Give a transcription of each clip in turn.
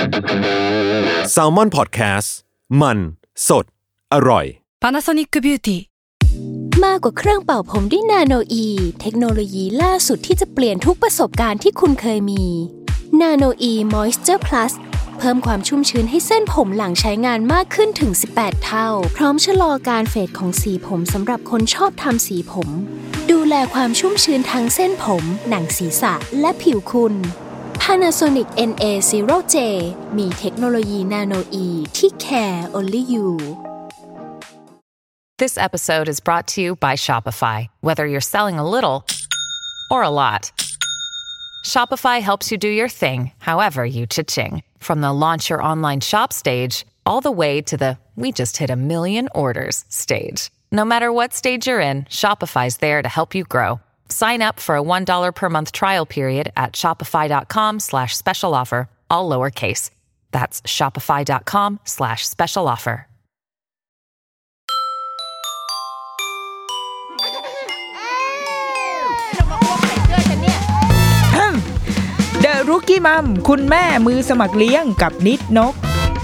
Salmon Podcast มันสดอร่อย Panasonic Beauty มากกว่าเครื่องเป่าผมด้วยนาโนอีเทคโนโลยีล่าสุดที่จะเปลี่ยนทุกประสบการณ์ที่คุณเคยมีนาโนอีมอยส์เจอร์พลัสเพิ่มความชุ่มชื้นให้เส้นผมหลังใช้งานมากขึ้นถึง18เท่าพร้อมชะลอการเฟดของสีผมสำหรับคนชอบทำสีผมดูแลความชุ่มชื้นทั้งเส้นผมหนังศีรษะและผิวคุณ Panasonic NA0J มีเทคโนโลยีนาโนอีที่ care only you This episode is brought to you by Shopify. Whether you're selling a little or a lot, Shopify helps you do your thing, however you cha-ching. From the launch your online shop stage, all the way to the we just hit 1 million orders stage. No matter what stage you're in, Shopify's there to help you grow. Sign up for a $1 per month trial period at shopify.com/special offer, all lowercase. That's shopify.com/special offer. The Rookie Mom คุณแม่มือสมัครเลี้ยงกับนิดนก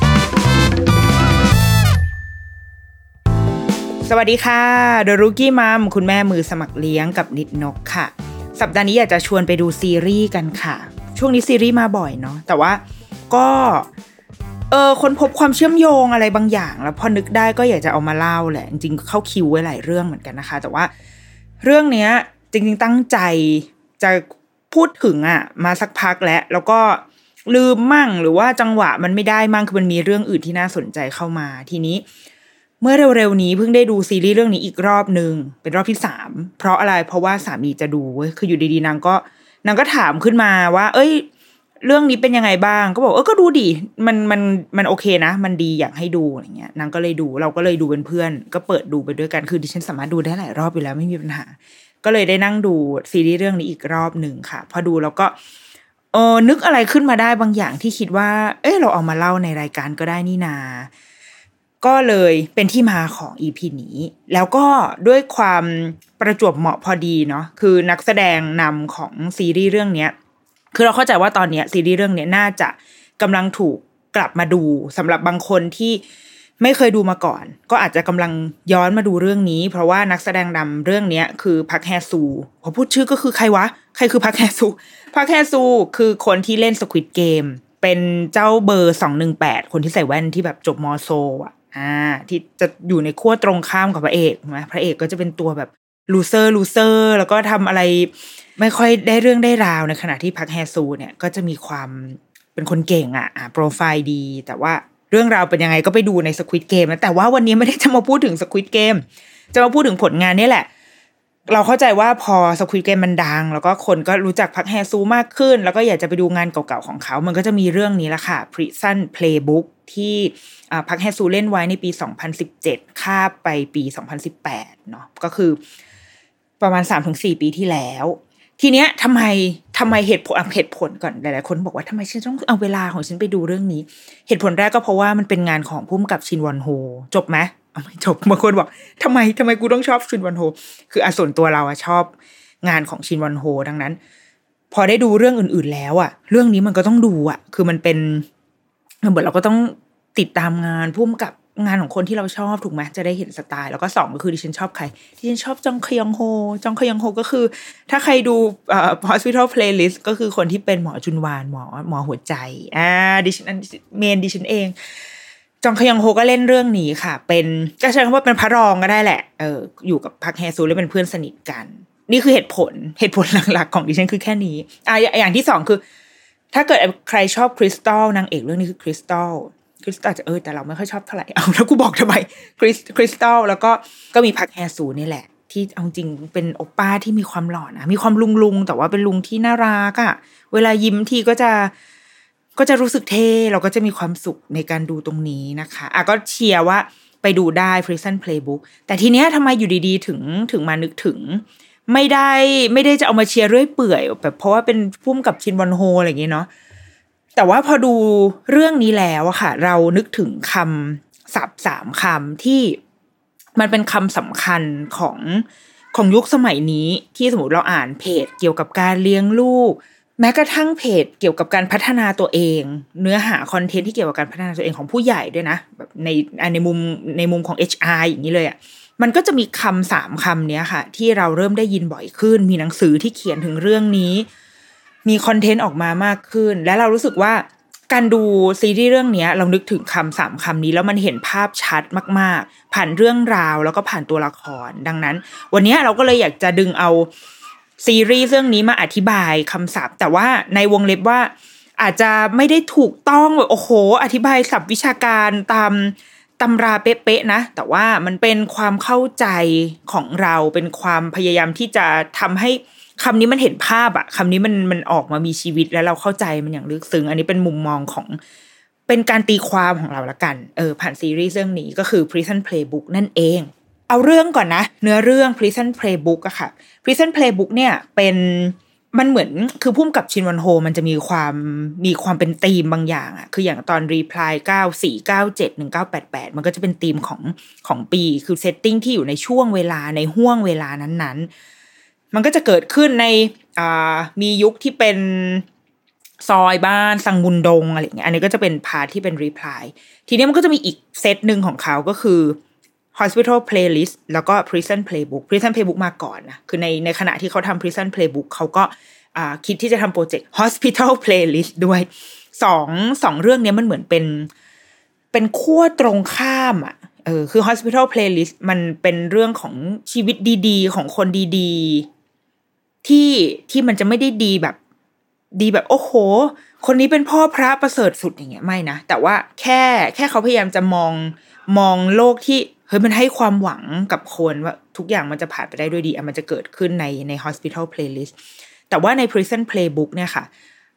สวัสดีค่ะ The Rookie Mom คุณแม่มือสมัครเลี้ยงกับนิดนกค่ะสัปดาห์นี้อยากจะชวนไปดูซีรีส์กันค่ะช่วงนี้ซีรีส์มาบ่อยเนาะแต่ว่าก็ค้นพบความเชื่อมโยงอะไรบางอย่างแล้วพอนึกได้ก็อยากจะเอามาเล่าแหละจริงๆเข้าคิวไว้หลายเรื่องเหมือนกันนะคะแต่ว่าเรื่องเนี้ยจริงๆตั้งใจจะพูดถึงมาสักพักแล้วก็ลืมมั่งหรือว่าจังหวะมันไม่ได้มั่งคือมันมีเรื่องอื่นที่น่าสนใจเข้ามาทีนี้เมื่อเร็วๆนี้เพิ่งได้ดูซีรีส์เรื่องนี้อีกรอบนึงเป็นรอบที่3เพราะอะไรเพราะว่าสามีจะดูเว้ยคืออยู่ดีๆนางก็ถามขึ้นมาว่าเอ้ยเรื่องนี้เป็นยังไงบ้างก็บอกก็ดูดิมันโอเคนะมันดีอยากให้ดูอะไรเงี้ยนางก็เลยดูเราก็เลยดูเป็นเพื่อนก็เปิดดูไปด้วยกันคือดิฉันสามารถดูได้หลายรอบอยู่แล้วไม่มีปัญหาก็เลยได้นั่งดูซีรีส์เรื่องนี้อีกรอบหนึ่งค่ะพอดูแล้วก็นึกอะไรขึ้นมาได้บางอย่างที่คิดว่าเราเอามาเล่าในรายการก็ได้นี่นาก็เลยเป็นที่มาของ EP นี้แล้วก็ด้วยความประจวบเหมาะพอดีเนาะคือนักแสดงนำของซีรีส์เรื่องนี้คือเราเข้าใจว่าตอนนี้ซีรีส์เรื่องนี้น่าจะกำลังถูกกลับมาดูสำหรับบางคนที่ไม่เคยดูมาก่อนก็อาจจะกำลังย้อนมาดูเรื่องนี้เพราะว่านักแสดงนำเรื่องนี้คือพักแฮซูพอพูดชื่อก็คือใครวะใครคือพักแฮซูพักแฮซูคือคนที่เล่น Squid Game เป็นเจ้าเบอร์218คนที่ใส่แว่นที่แบบจบม.โซที่จะอยู่ในขั้วตรงข้ามกับพระเอกนะพระเอกก็จะเป็นตัวแบบลูเซอร์แล้วก็ทำอะไรไม่ค่อยได้เรื่องได้ราวในขณะที่พักแฮซูเนี่ยก็จะมีความเป็นคนเก่งโปรไฟล์ดีแต่ว่าเรื่องราวเป็นยังไงก็ไปดูใน Squid Game นะแต่ว่าวันนี้ไม่ได้จะมาพูดถึง Squid Game จะมาพูดถึงผลงานนี่แหละเราเข้าใจว่าพอ Squid Game มันดังแล้วก็คนก็รู้จักพักแฮซูมากขึ้นแล้วก็อยากจะไปดูงานเก่าๆของเขามันก็จะมีเรื่องนี้ละค่ะ Prison Playbook ที่พักแฮซูเล่นไว้ในปี2017ข้ามไปปี2018เนาะก็คือประมาณ 3-4 ปีที่แล้วทีเนี้ยทำไมเหตุผลก่อนหลายๆคนบอกว่าทำไมฉันต้องเอาเวลาของฉันไปดูเรื่องนี้เหตุผลแรกก็เพราะว่ามันเป็นงานของผู้กำกับชินวอนโฮจบไหมไม่จบบางคนบอกทำไมกูต้องชอบชินวอนโฮคือส่วนตัวเราชอบงานของชินวอนโฮดังนั้นพอได้ดูเรื่องอื่นๆแล้วเรื่องนี้มันก็ต้องดูคือมันเป็นเหมือนเราก็ต้องติดตามงานผู้กำกับงานของคนที่เราชอบถูกไหมจะได้เห็นสไตล์แล้วก็2ก็คือดิฉันชอบใครดิฉันชอบจองคยองโฮก็คือถ้าใครดูHospital Playlist ก็คือคนที่เป็นหมอจุนวานหมอหัวใจดิฉันเมนดิฉันเองจองคยองโฮก็เล่นเรื่องนี้ค่ะเป็นก็ใช้คำว่าเป็นพระรองก็ได้แหละอยู่กับพักแฮซูและเป็นเพื่อนสนิทกันนี่คือเหตุผลหลักๆของดิฉันคือแค่นี้อย่างที่2คือถ้าเกิดใครชอบคริสตัลนางเอกเรื่องนี้คือคริสตัลจะแต่เราไม่ค่อยชอบเท่าไหร่แล้วกูบอกทำไมคริสตัลแล้วก็มีพักแฮซูนี่แหละที่เอาจริงเป็นโอป้าที่มีความหล่อนะมีความลุงแต่ว่าเป็นลุงที่น่ารักเวลายิ้มทีก็จะรู้สึกเท่เราก็จะมีความสุขในการดูตรงนี้นะคะก็เชียร์ว่าไปดูได้ Prison Playbook แต่ทีเนี้ยทำไมอยู่ดีๆถึงมานึกถึงไม่ได้จะเอามาเชียร์เรื่อยเปื่อยแบบเพราะว่าเป็นพุ่มกับชินวอนโฮอะไรอย่างเงี้ยเนาะแต่ว่าพอดูเรื่องนี้แล้วค่ะเรานึกถึงคำศัพท์3คำที่มันเป็นคำสำคัญของยุคสมัยนี้ที่สมมติเราอ่านเพจเกี่ยวกับการเลี้ยงลูกแม้กระทั่งเพจเกี่ยวกับการพัฒนาตัวเองเนื้อหาคอนเทนต์ที่เกี่ยวกับการพัฒนาตัวเองของผู้ใหญ่ด้วยนะแบบในมุมของ HR อย่างนี้เลยอ่ะมันก็จะมีคำ3คำนี้ค่ะที่เราเริ่มได้ยินบ่อยขึ้นมีหนังสือที่เขียนถึงเรื่องนี้มีคอนเทนต์ออกมามากขึ้นและเรารู้สึกว่าการดูซีรีส์เรื่องนี้เรานึกถึงคำ3คำนี้แล้วมันเห็นภาพชัดมากๆผ่านเรื่องราวแล้วก็ผ่านตัวละครดังนั้นวันนี้เราก็เลยอยากจะดึงเอาซีรีส์เรื่องนี้มาอธิบายคำศัพท์แต่ว่าในวงเล็บว่าอาจจะไม่ได้ถูกต้องแบบโอ้โหอธิบายศัพท์วิชาการตามตำราเป๊ะๆนะแต่ว่ามันเป็นความเข้าใจของเราเป็นความพยายามที่จะทำให้คำนี้มันเห็นภาพอะคำนี้มันออกมามีชีวิตแล้วเราเข้าใจมันอย่างลึกซึ้งอันนี้เป็นมุมมองของเป็นการตีความของเราละกันผ่านซีรีส์เรื่องนี้ก็คือ Prison Playbook นั่นเองเอาเรื่องก่อนนะเนื้อเรื่อง Prison Playbook อะค่ะ Prison Playbook เนี่ยเป็นมันเหมือนคือพุ่มกับชินวันโฮมันจะมีความเป็นธีมบางอย่างอะคืออย่างตอน Reply 9497 1988มันก็จะเป็นธีมของปีคือเซตติ้งที่อยู่ในช่วงเวลาในห้วงเวลานั้นๆมันก็จะเกิดขึ้นในมียุคที่เป็นซอยบ้านซังมุนดงอะไรอย่างเงี้ยอันนี้ก็จะเป็นพาร์ทที่เป็น Reply ทีนี้มันก็จะมีอีกเซตนึงของเขาก็คือHospital Playlist แล้วก็ Prison Playbook Prison Playbook มาก่อนนะคือในขณะที่เขาทำ Prison Playbook เขาก็คิดที่จะทำโปรเจกต์ Hospital Playlist ด้วยสองเรื่องนี้มันเหมือนเป็นขั้วตรงข้ามอ่ะคือ Hospital Playlist มันเป็นเรื่องของชีวิตดีๆของคนดีๆที่มันจะไม่ได้ดีแบบโอ้โหคนนี้เป็นพ่อพระประเสริฐสุดอย่างเงี้ยไม่นะแต่ว่าแค่เขาพยายามจะมองโลกที่เฮ้ยมันให้ความหวังกับคนว่าทุกอย่างมันจะผ่านไปได้ด้วยดีมันจะเกิดขึ้นใน Hospital Playlist แต่ว่าใน Prison Playbook เนี่ยค่ะ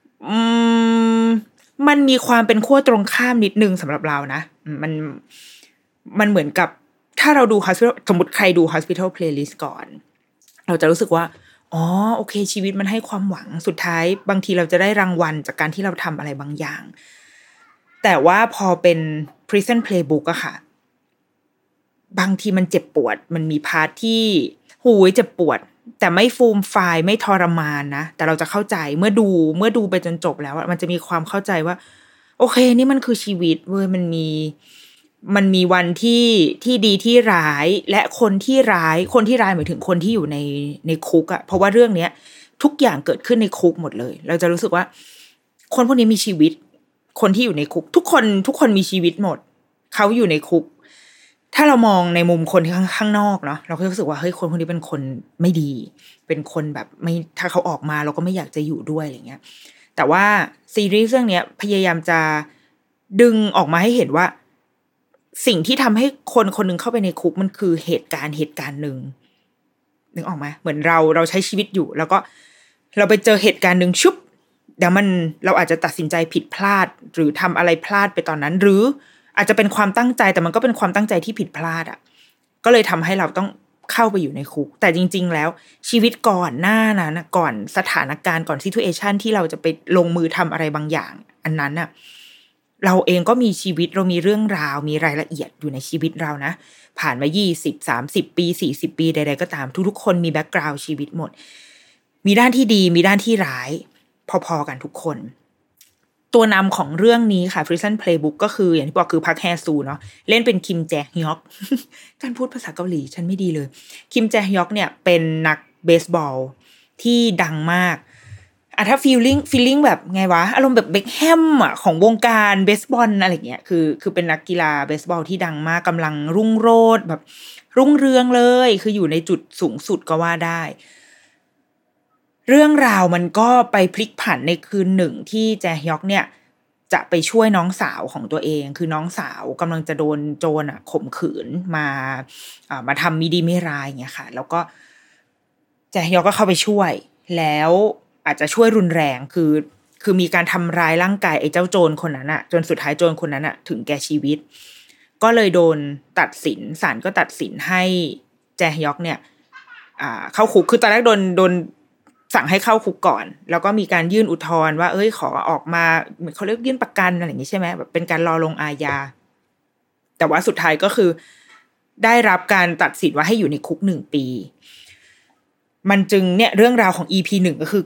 มันมีความเป็นขั้วตรงข้ามนิดนึงสำหรับเรานะมันเหมือนกับถ้าเราดู Hospital สมมติใครดู Hospital Playlist ก่อนเราจะรู้สึกว่าอ๋อโอเคชีวิตมันให้ความหวังสุดท้ายบางทีเราจะได้รางวัลจากการที่เราทำอะไรบางอย่างแต่ว่าพอเป็น Prison Playbook อะค่ะบางทีมันเจ็บปวดมันมีพาร์ทที่หูยเจ็บปวดแต่ไม่ฟูมฟายไม่ทรมานนะแต่เราจะเข้าใจเมื่อดูไปจนจบแล้วมันจะมีความเข้าใจว่าโอเคนี่มันคือชีวิตเว้ยมันมีวันที่ดีที่ร้ายและคนที่ร้ายหมายถึงคนที่อยู่ในคุกอะเพราะว่าเรื่องเนี้ยทุกอย่างเกิดขึ้นในคุกหมดเลยเราจะรู้สึกว่าคนพวกนี้มีชีวิตคนที่อยู่ในคุกทุกคนมีชีวิตหมดเขาอยู่ในคุกถ้าเรามองในมุมคนข้างนอกเนาะเราก็รู้สึกว่าเฮ้ยคนพวกนี้เป็นคนไม่ดีเป็นคนแบบไม่ถ้าเขาออกมาเราก็ไม่อยากจะอยู่ด้วยอะไรเงี้ยแต่ว่าซีรีส์เรื่องนี้พยายามจะดึงออกมาให้เห็นว่าสิ่งที่ทำให้คนนึงเข้าไปในคุกมันคือเหตุการณ์นึงนึกออกไหมเหมือนเราใช้ชีวิตอยู่แล้วก็เราไปเจอเหตุการณ์นึงชุบเดี๋ยวเราอาจจะตัดสินใจผิดพลาดหรือทำอะไรพลาดไปตอนนั้นหรืออาจจะเป็นความตั้งใจแต่มันก็เป็นความตั้งใจที่ผิดพลาดอ่ะก็เลยทำให้เราต้องเข้าไปอยู่ในคุกแต่จริงๆแล้วชีวิตก่อนหน้านั้นก่อนสถานการณ์ก่อนซิทูเอชันที่เราจะไปลงมือทำอะไรบางอย่างอันนั้นน่ะเราเองก็มีชีวิตเรามีเรื่องราวมีรายละเอียดอยู่ในชีวิตเรานะผ่านมา20-30 ปี40 ปีใดๆก็ตามทุกๆคนมีแบ็คกราวด์ชีวิตหมดมีด้านที่ดีมีด้านที่ร้ายพอๆกันทุกคนตัวนำของเรื่องนี้ค่ะ Prison Playbook ก็คืออย่างที่บอกคือพักแฮซูเนาะเล่นเป็นคิมแจฮยอก การพูดภาษาเกาหลีฉันไม่ดีเลยคิมแจฮยอกเนี่ยเป็นนักเบสบอลที่ดังมากถ้าฟีลลิ่งแบบไงวะอารมณ์แบบเบ็คแฮมของวงการเบสบอลอะไรเงี้ยคือเป็นนักกีฬาเบสบอลที่ดังมากกำลังรุ่งโรจน์แบบรุ่งเรืองเลยคืออยู่ในจุดสูงสุดก็ว่าได้เรื่องราวมันก็ไปพลิกผันในคืนหนึ่งที่แจฮยอกเนี่ยจะไปช่วยน้องสาวของตัวเองคือน้องสาวกำลังจะโดนโจรข่มขืนมาทำมิดีไม่ร้ายอย่างเงี้ยค่ะแล้วก็แจฮยอกก็เข้าไปช่วยแล้วอาจจะช่วยรุนแรงคือมีการทำร้ายร่างกายไอ้เจ้าโจรคนนั้นจนสุดท้ายโจรคนนั้นถึงแก่ชีวิตก็เลยโดนตัดสินศาลก็ตัดสินให้แจฮยอกเนี่ยเข้าคุกคือตอนแรกโดนสั่งให้เข้าคุกก่อนแล้วก็มีการยื่นอุทธรณ์ว่าขอออกมาเขาเรียกยื่นประกันอะไรอย่างนี้ใช่ไหมแบบเป็นการรอลงอาญาแต่ว่าสุดท้ายก็คือได้รับการตัดสินว่าให้อยู่ในคุก1 ปีมันจึงเนี่ยเรื่องราวของ EP 1ก็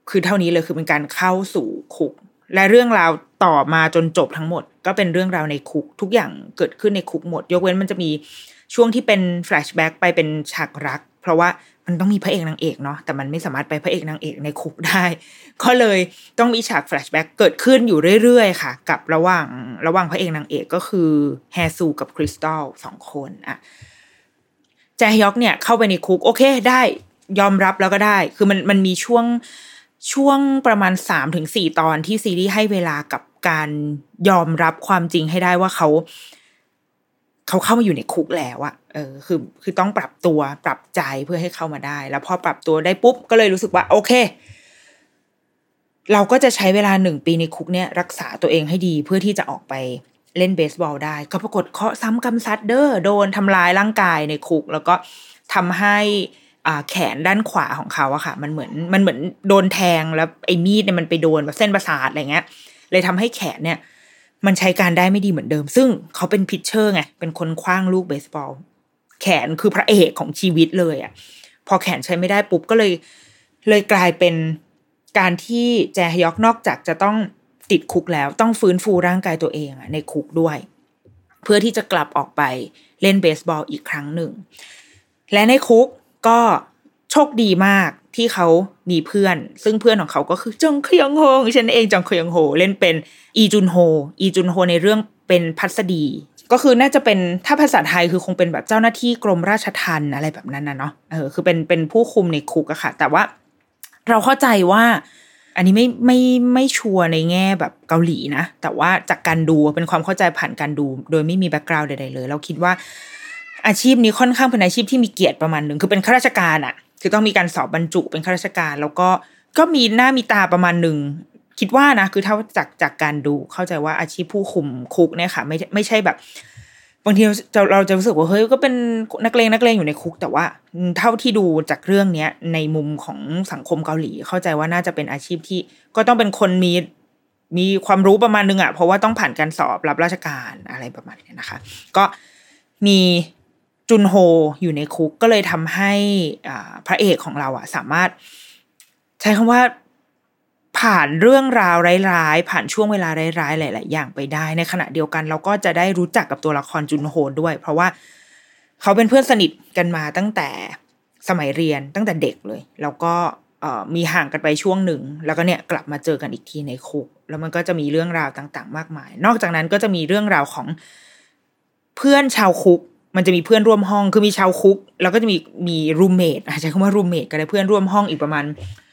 คือเท่านี้เลยคือเป็นการเข้าสู่คุกและเรื่องราวต่อมาจนจบทั้งหมดก็เป็นเรื่องราวในคุกทุกอย่างเกิดขึ้นในคุกหมดยกเว้นมันจะมีช่วงที่เป็นแฟลชแบ็กไปเป็นฉากรักเพราะว่ามันต้องมีพระเอกนางเอกเนาะแต่มันไม่สามารถไปพระเอกนางเอกในคุกได้ก็เลยต้องมีฉากแฟลชแบ็กเกิดขึ้นอยู่เรื่อยๆค่ะกับระหว่างพระเอกนางเอกก็คือแฮซูกับคริสตัล2คนอะแจฮยอกเนี่ยเข้าไปในคุกโอเคได้ยอมรับแล้วก็ได้คือมันมีช่วงประมาณ 3-4 ตอนที่ซีรีส์ให้เวลากับการยอมรับความจริงให้ได้ว่าเขาเข้ามาอยู่ในคุกแล้วอะคือต้องปรับตัวปรับใจเพื่อให้เข้ามาได้แล้วพอปรับตัวได้ปุ๊บก็เลยรู้สึกว่าโอเคเราก็จะใช้เวลา1 ปีในคุกเนี่ยรักษาตัวเองให้ดีเพื่อที่จะออกไปเล่นเบสบอลได้ก็ปรากฏเคาะซ้ำกำซัดโดนทำลายร่างกายในคุกแล้วก็ทำให้แขนด้านขวาของเขาอะค่ะมันเหมือนโดนแทงแล้วไอ้มีดเนี่ยมันไปโดนแบบเส้นประสาทอะไรเงี้ยเลยทำให้แขนเนี่ยมันใช้การได้ไม่ดีเหมือนเดิมซึ่งเขาเป็นพิชเชอร์ไงเป็นคนขว้างลูกเบสบอลแขนคือพระเอกของชีวิตเลยอะพอแขนใช้ไม่ได้ปุ๊บก็เลยกลายเป็นการที่แจฮยอกนอกจากจะต้องติดคุกแล้วต้องฟื้นฟูร่างกายตัวเองในคุกด้วยเพื่อที่จะกลับออกไปเล่นเบสบอลอีกครั้งหนึ่งและในคุกก็โชคดีมากที่เขามีเพื่อนซึ่งเพื่อนของเขาก็คือจงเคยองโฮฉันเองจงเคยองโฮเล่นเป็นอีจุนโฮในเรื่องเป็นพัสดีก็คือน่าจะเป็นถ้าภาษาไทยคือคงเป็นแบบเจ้าหน้าที่กรมราชทัณฑ์อะไรแบบนั้นนะเนาะคือเป็นผู้คุมในคุกอะค่ะแต่ว่าเราเข้าใจว่าอันนี้ไม่ชัวร์ในแง่แบบเกาหลีนะแต่ว่าจากการดูเป็นความเข้าใจผ่านการดูโดยไม่มีแบ็คกราวด์ใดๆเลยเราคิดว่าอาชีพนี้ค่อนข้างเป็นอาชีพที่มีเกียรติประมาณนึงคือเป็นข้าราชการอะคือต้องมีการสอบบรรจุเป็นข้าราชการแล้วก็มีหน้ามีตาประมาณนึงคิดว่านะคือเท่าจากการดูเข้าใจว่าอาชีพผู้คุมคุกเนี่ยค่ะไม่ใช่แบบบางทีเราจะรู้สึกว่าเฮ้ยก็เป็นนักเลงอยู่ในคุกแต่ว่าเท่าที่ดูจากเรื่องนี้ในมุมของสังคมเกาหลีเข้าใจว่าน่าจะเป็นอาชีพที่ก็ต้องเป็นคนมีความรู้ประมาณนึงอะเพราะว่าต้องผ่านการสอบรับราชการอะไรประมาณนี้นะคะก็มีจุนโฮอยู่ในคุกก็เลยทำให้พระเอกของเราอะสามารถใช้คำว่าผ่านเรื่องราวร้ายๆผ่านช่วงเวลาร้ายๆหลายๆอย่างไปได้ในขณะเดียวกันเราก็จะได้รู้จักกับตัวละครจุนโฮด้วยเพราะว่าเขาเป็นเพื่อนสนิทกันมาตั้งแต่สมัยเรียนตั้งแต่เด็กเลยแล้วก็มีห่างกันไปช่วงหนึ่งแล้วก็เนี่ยกลับมาเจอกันอีกทีในคุกแล้วมันก็จะมีเรื่องราวต่างๆมากมายนอกจากนั้นก็จะมีเรื่องราวของเพื่อนชาวคุกมันจะมีเพื่อนร่วมห้องคือมีชาวคุกแล้วก็จะมีรูมเมทใช้คำว่ารูมเมทก็ได้เพื่อนร่วมห้องอีกประมาณ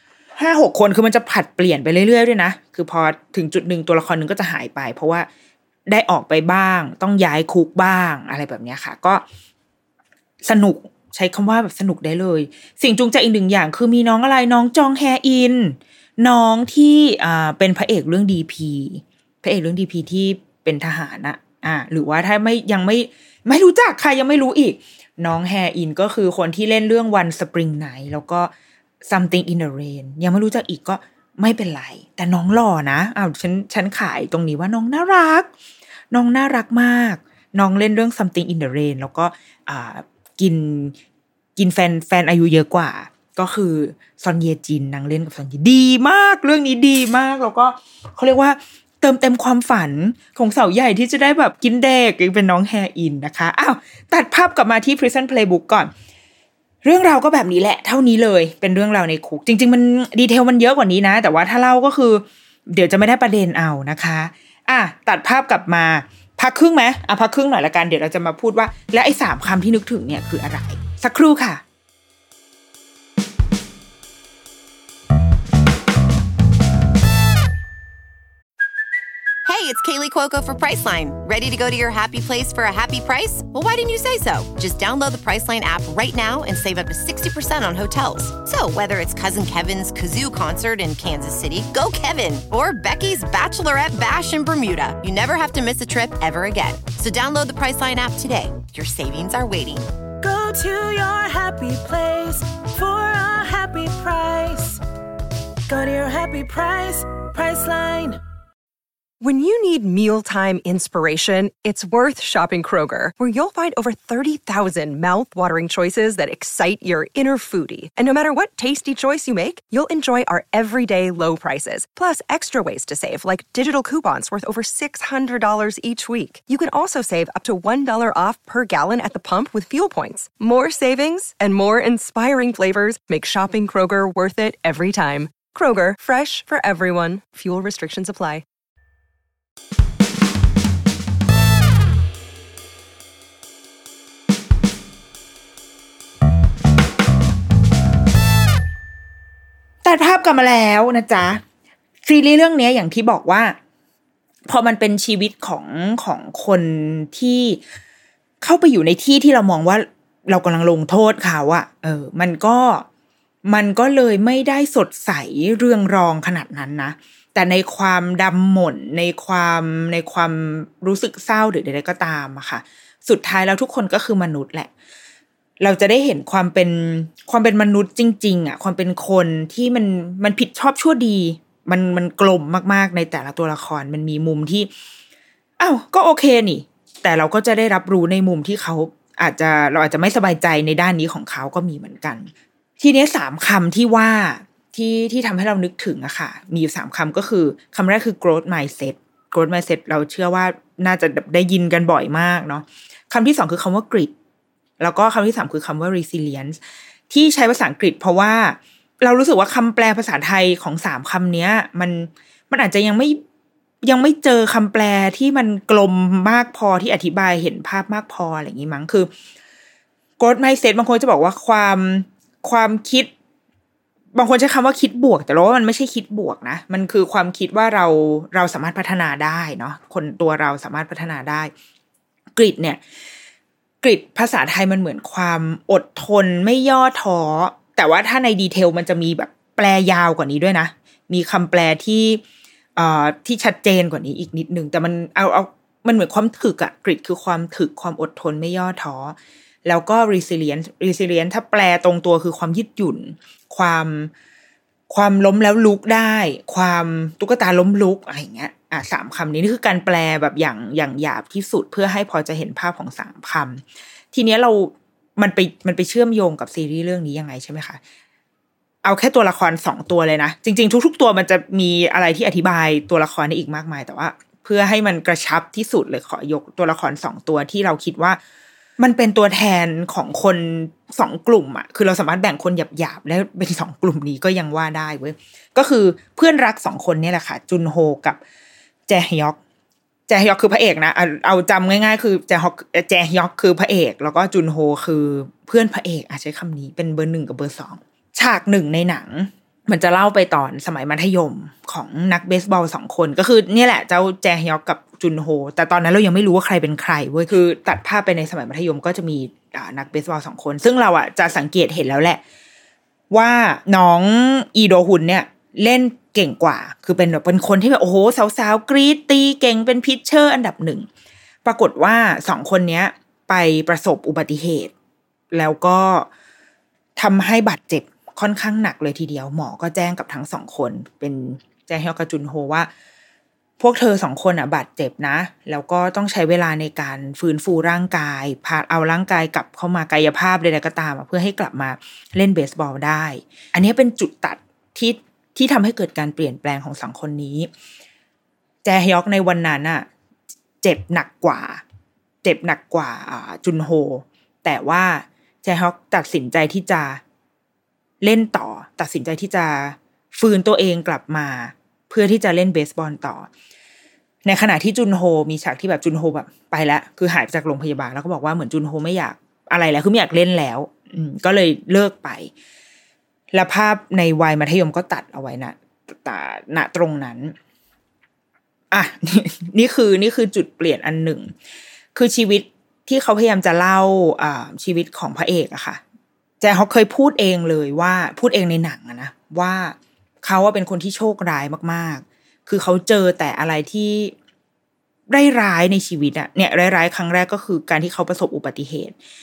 5-6 คนคือมันจะผลัดเปลี่ยนไปเรื่อยๆด้วยนะคือพอถึงจุดนึงตัวละครนึงก็จะหายไปเพราะว่าได้ออกไปบ้างต้องย้ายคุกบ้างอะไรแบบนี้ค่ะก็สนุกใช้คำว่าแบบสนุกได้เลยสิ่งจูงใจอีกหนึ่งอย่างคือมีน้องอะไรน้องจองแฮอินน้องที่เป็นพระเอกเรื่อง DP พระเอกเรื่อง DP ที่เป็นทหารนะหรือว่าถ้ายังไม่รู้จักใครยังไม่รู้อีกน้องแฮอินก็คือคนที่เล่นเรื่อง One Spring Night แล้วก็ Something in the Rain ยังไม่รู้จักอีกก็ไม่เป็นไรแต่น้องหล่อนะฉันขายตรงนี้ว่าน้องน่ารักมากน้องเล่นเรื่อง Something in the Rain แล้วก็กินแฟนอายุเยอะกว่าก็คือซอนเยจินนางเล่นกับซอนเยดีมากเรื่องนี้ดีมากแล้วก็เขาเรียกว่าเติมเต็มความฝันของสาวใหญ่ที่จะได้แบบกินเด็กเป็นน้องแฮอินนะคะตัดภาพกลับมาที่ Prison Playbook ก่อนเรื่องราวก็แบบนี้แหละเท่านี้เลยเป็นเรื่องราวในคุกจริงๆมันดีเทลมันเยอะกว่านี้นะแต่ว่าถ้าเล่าก็คือเดี๋ยวจะไม่ได้ประเด็นเอานะคะตัดภาพกลับมาพักครึ่งไหมพักครึ่งหน่อยละกันเดี๋ยวเราจะมาพูดว่าแล้วไอ้3คำที่นึกถึงเนี่ยคืออะไรสักครู่ค่ะ Hey, it's Kaylee Cuoco for Priceline. Ready to go to your happy place for a happy price? Well, why didn't you say so? Just download the Priceline app right now and save up to 60% on hotels. So whether it's Cousin Kevin's Kazoo Concert in Kansas City, go Kevin, or Becky's Bachelorette Bash in Bermuda, you never have to miss a trip ever again. So download the Priceline app today. Your savings are waiting. Go to your happy place for a happy price. Go to your happy price, Priceline. When you need mealtime inspiration, it's worth shopping Kroger, where you'll find over 30,000 mouth-watering choices that excite your inner foodie. And no matter what tasty choice you make, you'll enjoy our everyday low prices, plus extra ways to save, like digital coupons worth over $600 each week. You can also save up to $1 off per gallon at the pump with fuel points. More savings and more inspiring flavors make shopping Kroger worth it every time. Kroger, fresh for everyone. Fuel restrictions apply. ตัดภาพกลับมาแล้วนะจ๊ะซีรีส์เรื่องนี้อย่างที่บอกว่าพอมันเป็นชีวิตของคนที่เข้าไปอยู่ในที่ที่เรามองว่าเรากำลังลงโทษเขาอะมันก็เลยไม่ได้สดใสเรืองรองขนาดนั้นนะแต่ในความดำหม่นในความรู้สึกเศร้าหรือใดๆก็ตามอะค่ะสุดท้ายแล้วทุกคนก็คือมนุษย์แหละเราจะได้เห็นความเป็นมนุษย์จริงๆอ่ะความเป็นคนที่มันผิดชอบชั่วดีมันกลมมากๆในแต่ละตัวละครมันมีมุมที่ก็โอเคนี่แต่เราก็จะได้รับรู้ในมุมที่เราอาจจะไม่สบายใจในด้านนี้ของเขาก็มีเหมือนกันทีนี้3คำที่ว่าที่ทำให้เรานึกถึงอะค่ะมีอยู่3คำก็คือคำแรกคือ growth mindset เราเชื่อว่าน่าจะได้ยินกันบ่อยมากเนาะคำที่2คือคำว่า gritแล้วก็คำที่3คือคำว่า resilience ที่ใช้ภาษาอังกฤษเพราะว่าเรารู้สึกว่าคำแปลภาษาไทยของ3คำนี้มันอาจจะยังไม่เจอคำแปลที่มันกลมมากพอที่อธิบายเห็นภาพมากพออะไรอย่างนี้มั้งคือ growth mindset บางคนจะบอกว่าความคิดบางคนใช้คำว่าคิดบวกแต่ว่ามันไม่ใช่คิดบวกนะมันคือความคิดว่าเราสามารถพัฒนาได้เนาะคนตัวเราสามารถพัฒนาได้กริดเนี่ยกริดภาษาไทยมันเหมือนความอดทนไม่ย่อท้อแต่ว่าถ้าในดีเทลมันจะมีแบบแปลยาวกว่านี้ด้วยนะมีคำแปลที่ชัดเจนกว่านี้อีกนิดนึงแต่มันมันเหมือนความถึกอะกริดคือความถึกความอดทนไม่ย่อท้อแล้วก็ resilience ถ้าแปลตรงตัวคือความยืดหยุ่นความล้มแล้วลุกได้ความตุ๊กตาล้มลุกอะไรอย่างเงี้ย3คำนี้นี่คือการแปลแบบอย่างหยาบที่สุดเพื่อให้พอจะเห็นภาพของ3คำทีเนี้ยมันไปเชื่อมโยงกับซีรีส์เรื่องนี้ยังไงใช่ไหมคะเอาแค่ตัวละคร2ตัวเลยนะจริงๆทุกๆตัวมันจะมีอะไรที่อธิบายตัวละครได้อีกมากมายแต่ว่าเพื่อให้มันกระชับที่สุดเลยขอยกตัวละคร2ตัวที่เราคิดว่ามันเป็นตัวแทนของคน2กลุ่มอ่ะคือเราสามารถแบ่งคนหยาบๆแล้วเป็น2กลุ่มนี้ก็ยังว่าได้เว้ยก็คือเพื่อนรัก2คนนี่แหละค่ะจุนโฮกับแจฮยอกคือพระเอกนะเอาจำง่ายๆคือแจฮยอกคือพระเอกแล้วก็จุนโฮคือเพื่อนพระเอกใช้คำนี้เป็นเบอร์1กับเบอร์2ฉาก1ในหนังมันจะเล่าไปตอนสมัยมัธยมของนักเบสบอล2คนก็คือเนี่ยแหละเจ้าแจฮยอกกับจุนโฮแต่ตอนนั้นเรายังไม่รู้ว่าใครเป็นใครเว้ยคือตัดภาพไปในสมัยมัธยมก็จะมีนักเบสบอล2คนซึ่งเราจะสังเกตเห็นแล้วแหละว่าน้องอีโดฮุนเนี่ยเล่นเก่งกว่าคือเป็นคนที่แบบโอ้โหสาวๆกรี๊ดตีเก่งเป็นพิชเชอร์อันดับ1ปรากฏว่า2คนเนี้ยไปประสบอุบัติเหตุแล้วก็ทำให้บาดเจ็บค่อนข้างหนักเลยทีเดียวหมอก็แจ้งกับทั้ง2คนเป็นแจฮยอกกับจุนโฮว่าพวกเธอ2คนบาดเจ็บนะแล้วก็ต้องใช้เวลาในการฟื้นฟูร่างกายพาเอาร่างกายกลับเข้ามากายภาพใดๆก็ตามเพื่อให้กลับมาเล่นเบสบอลได้อันนี้เป็นจุดตัดที่ทำให้เกิดการเปลี่ยนแปลงของ2คนนี้แจฮยอกในวันนั้นเจ็บหนักกว่าจุนโฮแต่ว่าแจฮยอกตัดสินใจที่จะเล่นต่อตัดสินใจที่จะฟื้นตัวเองกลับมาเพื่อที่จะเล่นเบสบอลต่อในขณะที่จุนโฮมีฉากที่แบบจุนโฮแบบไปแล้วคือหายจากโรงพยาบาลแล้วก็บอกว่าเหมือนจุนโฮไม่อยากอะไรแล้วคือไม่อยากเล่นแล้วก็เลยเลิกไปแล้วภาพในวัยมัธยมก็ตัดเอาไว้ณตรงนั้นนี่คือจุดเปลี่ยนอันหนึ่งคือชีวิตที่เขาพยายามจะเล่าชีวิตของพระเอกอะค่ะแจฮอกเคยพูดเองเลยว่าพูดเองในหนังนะว่าเขาเป็นคนที่โชคร้ายมากๆคือเขาเจอแต่อะไรที่ร้ายในชีวิตเนี่ยร้ายครั้งแรกก็คือการที่เขาประสบอุบัติเหตุ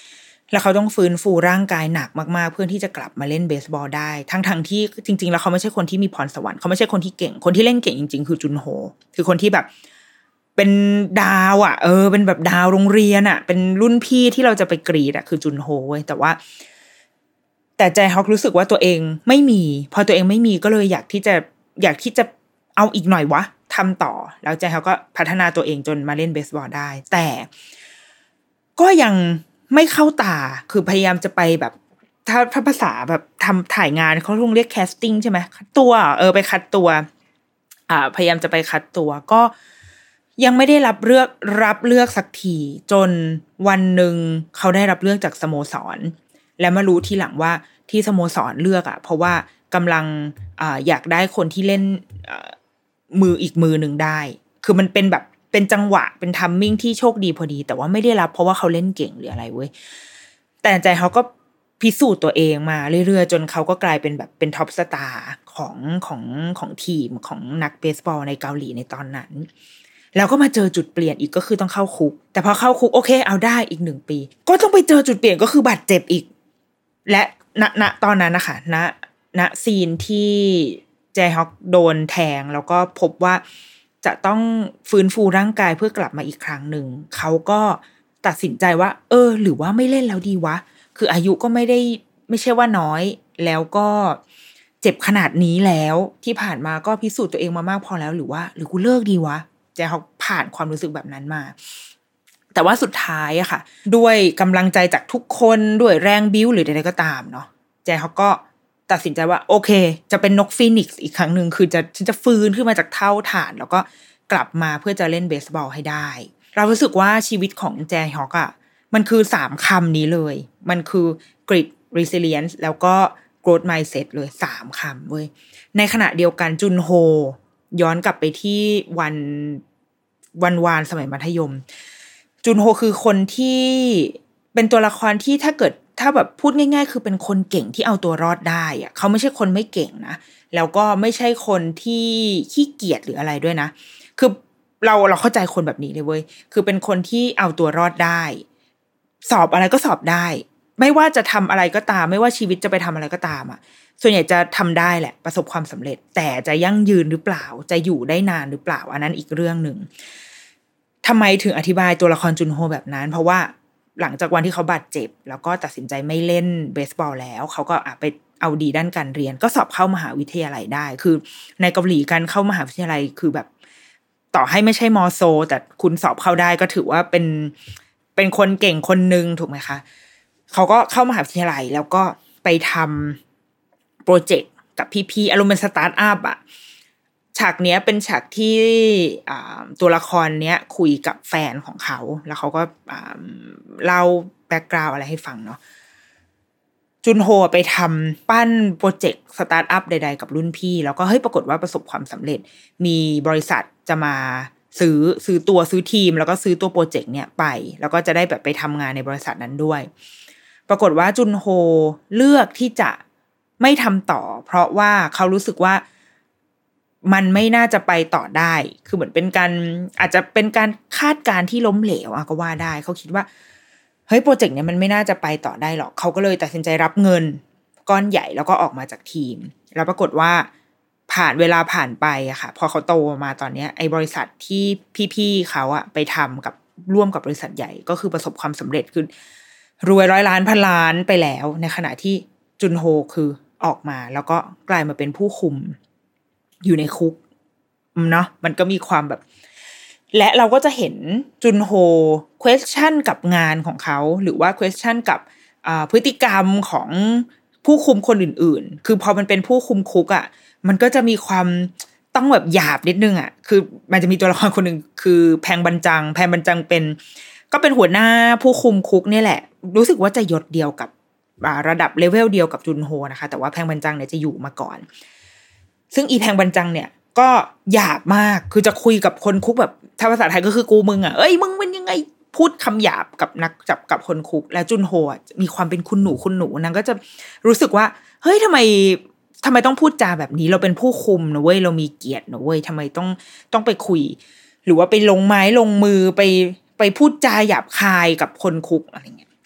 แล้วเขาต้องฟื้นฟูร่างกายหนักมากๆเพื่อที่จะกลับมาเล่นเบสบอลได้ทั้งที่จริงๆแล้วเขาไม่ใช่คนที่มีพรสวรรค์เขาไม่ใช่คนที่เก่งคนที่เล่นเก่งจริงๆคือจุนโฮคือคนที่แบบเป็นดาวอ่ะเป็นแบบดาวโรงเรียนอ่ะเป็นรุ่นพี่ที่เราจะไปกรีดอ่ะคือจุนโฮเว้ยแต่แจฮอกรู้สึกว่าตัวเองไม่มีพอตัวเองไม่มีก็เลยอยากที่จะเอาอีกหน่อยวะทำต่อแล้วแจฮอกก็พัฒนาตัวเองจนมาเล่นเบสบอลได้แต่ก็ยังไม่เข้าตาคือพยายามจะไปแบบถ้าภาษาแบบทำถ่ายงานเขาต้องเรียกแคสติ้งใช่ไหมคัดตัวไปคัดตัวพยายามจะไปคัดตัวก็ยังไม่ได้รับเลือกสักทีจนวันหนึ่งเขาได้รับเลือกจากสโมสรแล้วมารู้ทีหลังว่าที่สโมสรเลือกเพราะว่ากำลังอยากได้คนที่เล่นมืออีกมือหนึ่งได้คือมันเป็นแบบเป็นจังหวะเป็นทัมมิ่งที่โชคดีพอดีแต่ว่าไม่ได้รับเพราะว่าเขาเล่นเก่งหรืออะไรเว้ยแต่ใจเขาก็พิสูจน์ตัวเองมาเรื่อยๆจนเขาก็กลายเป็นแบบเป็นท็อปสตาร์ของทีมของนักเบสบอลในเกาหลีในตอนนั้นแล้วก็มาเจอจุดเปลี่ยนอีกก็คือต้องเข้าคุกแต่พอเข้าคุกโอเคเอาได้อีก1 ปีก็ต้องไปเจอจุดเปลี่ยนก็คือบาดเจ็บอีกและณตอนนั้นนะคะณซีนที่แจฮอกโดนแทงแล้วก็พบว่าจะต้องฟื้นฟูร่างกายเพื่อกลับมาอีกครั้งหนึ่งเขาก็ตัดสินใจว่าหรือว่าไม่เล่นแล้วดีวะคืออายุก็ไม่ใช่ว่าน้อยแล้วก็เจ็บขนาดนี้แล้วที่ผ่านมาก็พิสูจน์ตัวเองมามากพอแล้วหรือกูเลิกดีวะแจฮอกผ่านความรู้สึกแบบนั้นมาแต่ว่าสุดท้ายอะค่ะด้วยกำลังใจจากทุกคนด้วยแรงบิ้วหรือใดๆก็ตามเนาะแจฮอกก็ตัดสินใจว่าโอเคจะเป็นนกฟีนิกซ์อีกครั้งหนึ่งคือฉันจะฟื้นขึ้นมาจากเท่าฐานแล้วก็กลับมาเพื่อจะเล่นเบสบอลให้ได้เรารู้สึกว่าชีวิตของแจฮอกอะมันคือ3 คำนี้เลยมันคือ grit resilience แล้วก็ growth mindset เลย3 คำเว้ยในขณะเดียวกันจุนโฮย้อนกลับไปที่วานสมัยมัธยมจุนโฮคือคนที่เป็นตัวละครที่ถ้าแบบพูดง่ายๆคือเป็นคนเก่งที่เอาตัวรอดได้อะเขาไม่ใช่คนไม่เก่งนะแล้วก็ไม่ใช่คนที่ขี้เกียจหรืออะไรด้วยนะคือเราเข้าใจคนแบบนี้เลยเว้ยคือเป็นคนที่เอาตัวรอดได้สอบอะไรก็สอบได้ไม่ว่าจะทำอะไรก็ตามไม่ว่าชีวิตจะไปทำอะไรก็ตามอ่ะส่วนใหญ่จะทำได้แหละประสบความสำเร็จแต่จะยั่งยืนหรือเปล่าจะอยู่ได้นานหรือเปล่าอันนั้นอีกเรื่องนึงทำไมถึงอธิบายตัวละครจุนโฮแบบนั้นเพราะว่าหลังจากวันที่เขาบาดเจ็บแล้วก็ตัดสินใจไม่เล่นเบสบอลแล้วเขาก็ไปเอาดีด้านการเรียนก็สอบเข้ามหาวิทยาลัยได้คือในเกาหลีการเข้ามหาวิทยาลัยคือแบบต่อให้ไม่ใช่มอโซแต่คุณสอบเข้าได้ก็ถือว่าเป็นคนเก่งคนนึงถูกไหมคะเขาก็เข้ามหาวิทยาลัยแล้วก็ไปทำโปรเจกต์กับพี่ๆอารมณ์เป็นสตาร์ทอัพอะฉากเนี้ยเป็นฉากที่ตัวละครเนี้ยคุยกับแฟนของเขาแล้วเขาก็เล่าแบ็คกราวด์อะไรให้ฟังเนาะจุนโฮไปทำปั้นโปรเจกต์สตาร์ทอัพใดๆกับรุ่นพี่แล้วก็ปรากฏว่าประสบความสำเร็จมีบริษัทจะมาซื้อทีมแล้วก็ซื้อตัวโปรเจกต์เนี่ยไปแล้วก็จะได้แบบไปทำงานในบริษัทนั้นด้วยปรากฏว่าจุนโฮเลือกที่จะไม่ทำต่อเพราะว่าเขารู้สึกว่ามันไม่น่าจะไปต่อได้คือเหมือนเป็นการอาจจะเป็นการคาดการณ์ที่ล้มเหลวก็ว่าได้เขาคิดว่าเฮ้ยโปรเจกต์เนี้ยมันไม่น่าจะไปต่อได้หรอกเขาก็เลยตัดสินใจรับเงินก้อนใหญ่แล้วก็ออกมาจากทีมแล้วปรากฏว่าเวลาผ่านไปอะค่ะพอเขาโตมาตอนนี้ไอ้บริษัทที่พี่ๆเขาอะไปทำกับร่วมกับบริษัทใหญ่ก็คือประสบความสำเร็จคือรวย100 ล้านพันล้านไปแล้วในขณะที่จุนโฮคือออกมาแล้วก็กลายมาเป็นผู้คุมอยู่ในคุกเนาะมันก็มีความแบบและเราก็จะเห็นจุนโฮ question กับงานของเขาหรือว่า question กับพฤติกรรมของผู้คุมคนอื่นๆคือพอมันเป็นผู้คุมคุกอ่ะมันก็จะมีความต้องแบบหยาบนิดนึงอ่ะคือมันจะมีตัวละครคนหนึ่งคือแพงบันจังเป็นหัวหน้าผู้คุมคุกนี่แหละรู้สึกว่าจะยศเดียวกับระดับเลเวลเดียวกับจุนโฮนะคะแต่ว่าแพงบันจังเนี่ยจะอยู่มาก่อนซึ่งอีแพงบันจังเนี่ยก็หยาบมากคือจะคุยกับคนคุกแบบถ้าภาษาไทยก็คือกูมึงอ่ะเอ้ยมึงเป็นยังไงพูดคำหยาบกับนักจับกับคนคุกแล้วจุนโฮมีความเป็นคุณหนูนางก็จะรู้สึกว่าเฮ้ยทำไมต้องพูดจาแบบนี้เราเป็นผู้คุมนะเว้ยเรามีเกียรตินะเว้ยทำไมต้องไปคุยหรือว่าไปลงไม้ลงมือไปพูดจาหยาบคายกับคนคุกอะไรเงี้ยค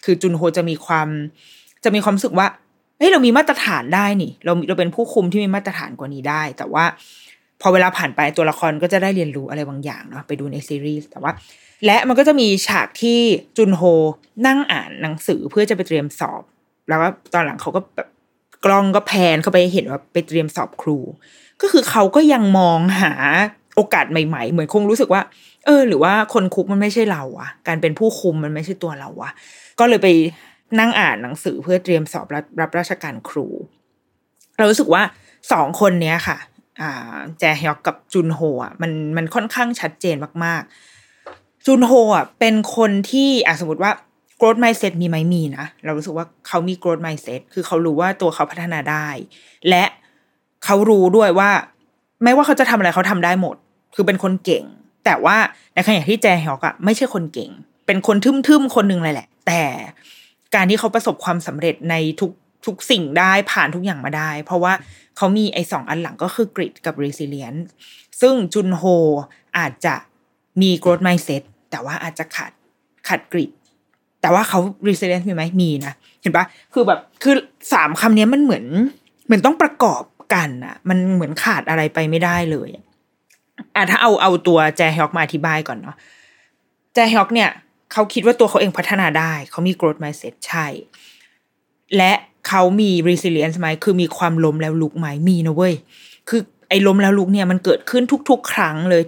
คือจุนโฮจะมีความรู้สึกว่าเฮ้ยเรามีมาตรฐานได้นี่เราเป็นผู้คุมที่มีมาตรฐานกว่านี้ได้แต่ว่าพอเวลาผ่านไปตัวละครก็จะได้เรียนรู้อะไรบางอย่างเนาะไปดูในซีรีส์แต่ว่าและมันก็จะมีฉากที่จุนโฮนั่งอ่านหนังสือเพื่อจะไปเตรียมสอบแล้วก็ตอนหลังเขาก็แบบกล้องก็แพนเข้าไปเห็นว่าไปเตรียมสอบครูก็คือเขาก็ยังมองหาโอกาสใหม่ๆเหมือนคงรู้สึกว่าหรือว่าคนคุกมันไม่ใช่เราอะการเป็นผู้คุมมันไม่ใช่ตัวเราอะก็เลยไปนั่งอ่านหนังสือเพื่อเตรียมสอบรับราชการครูเรารู้สึกว่า2คนเนี้ยค่ะแจฮยอกกับจุนโฮอ่ะมันค่อนข้างชัดเจนมากๆจุนโฮอ่ะเป็นคนที่สมมติว่า growth mindset มีไหมมีนะเรารู้สึกว่าเขามี growth mindset คือเขารู้ว่าตัวเขาพัฒนาได้และเขารู้ด้วยว่าไม่ว่าเขาจะทำอะไรเขาทำได้หมดคือเป็นคนเก่งแต่ว่าในขณะที่แจฮยอกอ่ะไม่ใช่คนเก่งเป็นคนทึ่มๆคนนึงเลยแหละแต่การที่เขาประสบความสำเร็จในทุกสิ่งได้ผ่านทุกอย่างมาได้เพราะว่าเขามีไอ้2อันหลังก็คือกริดกับ resilience ซึ่งจุนโฮอาจจะมี growth mindset แต่ว่าอาจจะขาดกริดแต่ว่าเขา resilience มีไหมมีนะเห็นปะคือ3คำนี้มันเหมือนต้องประกอบกันอ่ะมันเหมือนขาดอะไรไปไม่ได้เลยถ้าเอาตัวแจฮยอกมาอธิบายก่อนเนาะแจฮยอกเนี่ยเขาคิดว่าตัวเขาเองพัฒนาได้เขามี growth mindset ใช่และเขามี resilience ไหมคือมีความล้มแล้วลุกไหมมีนะเว้ยคือไอ้ล้มแล้วลุกเนี่ยมันเกิดขึ้นทุกๆครั้งเลย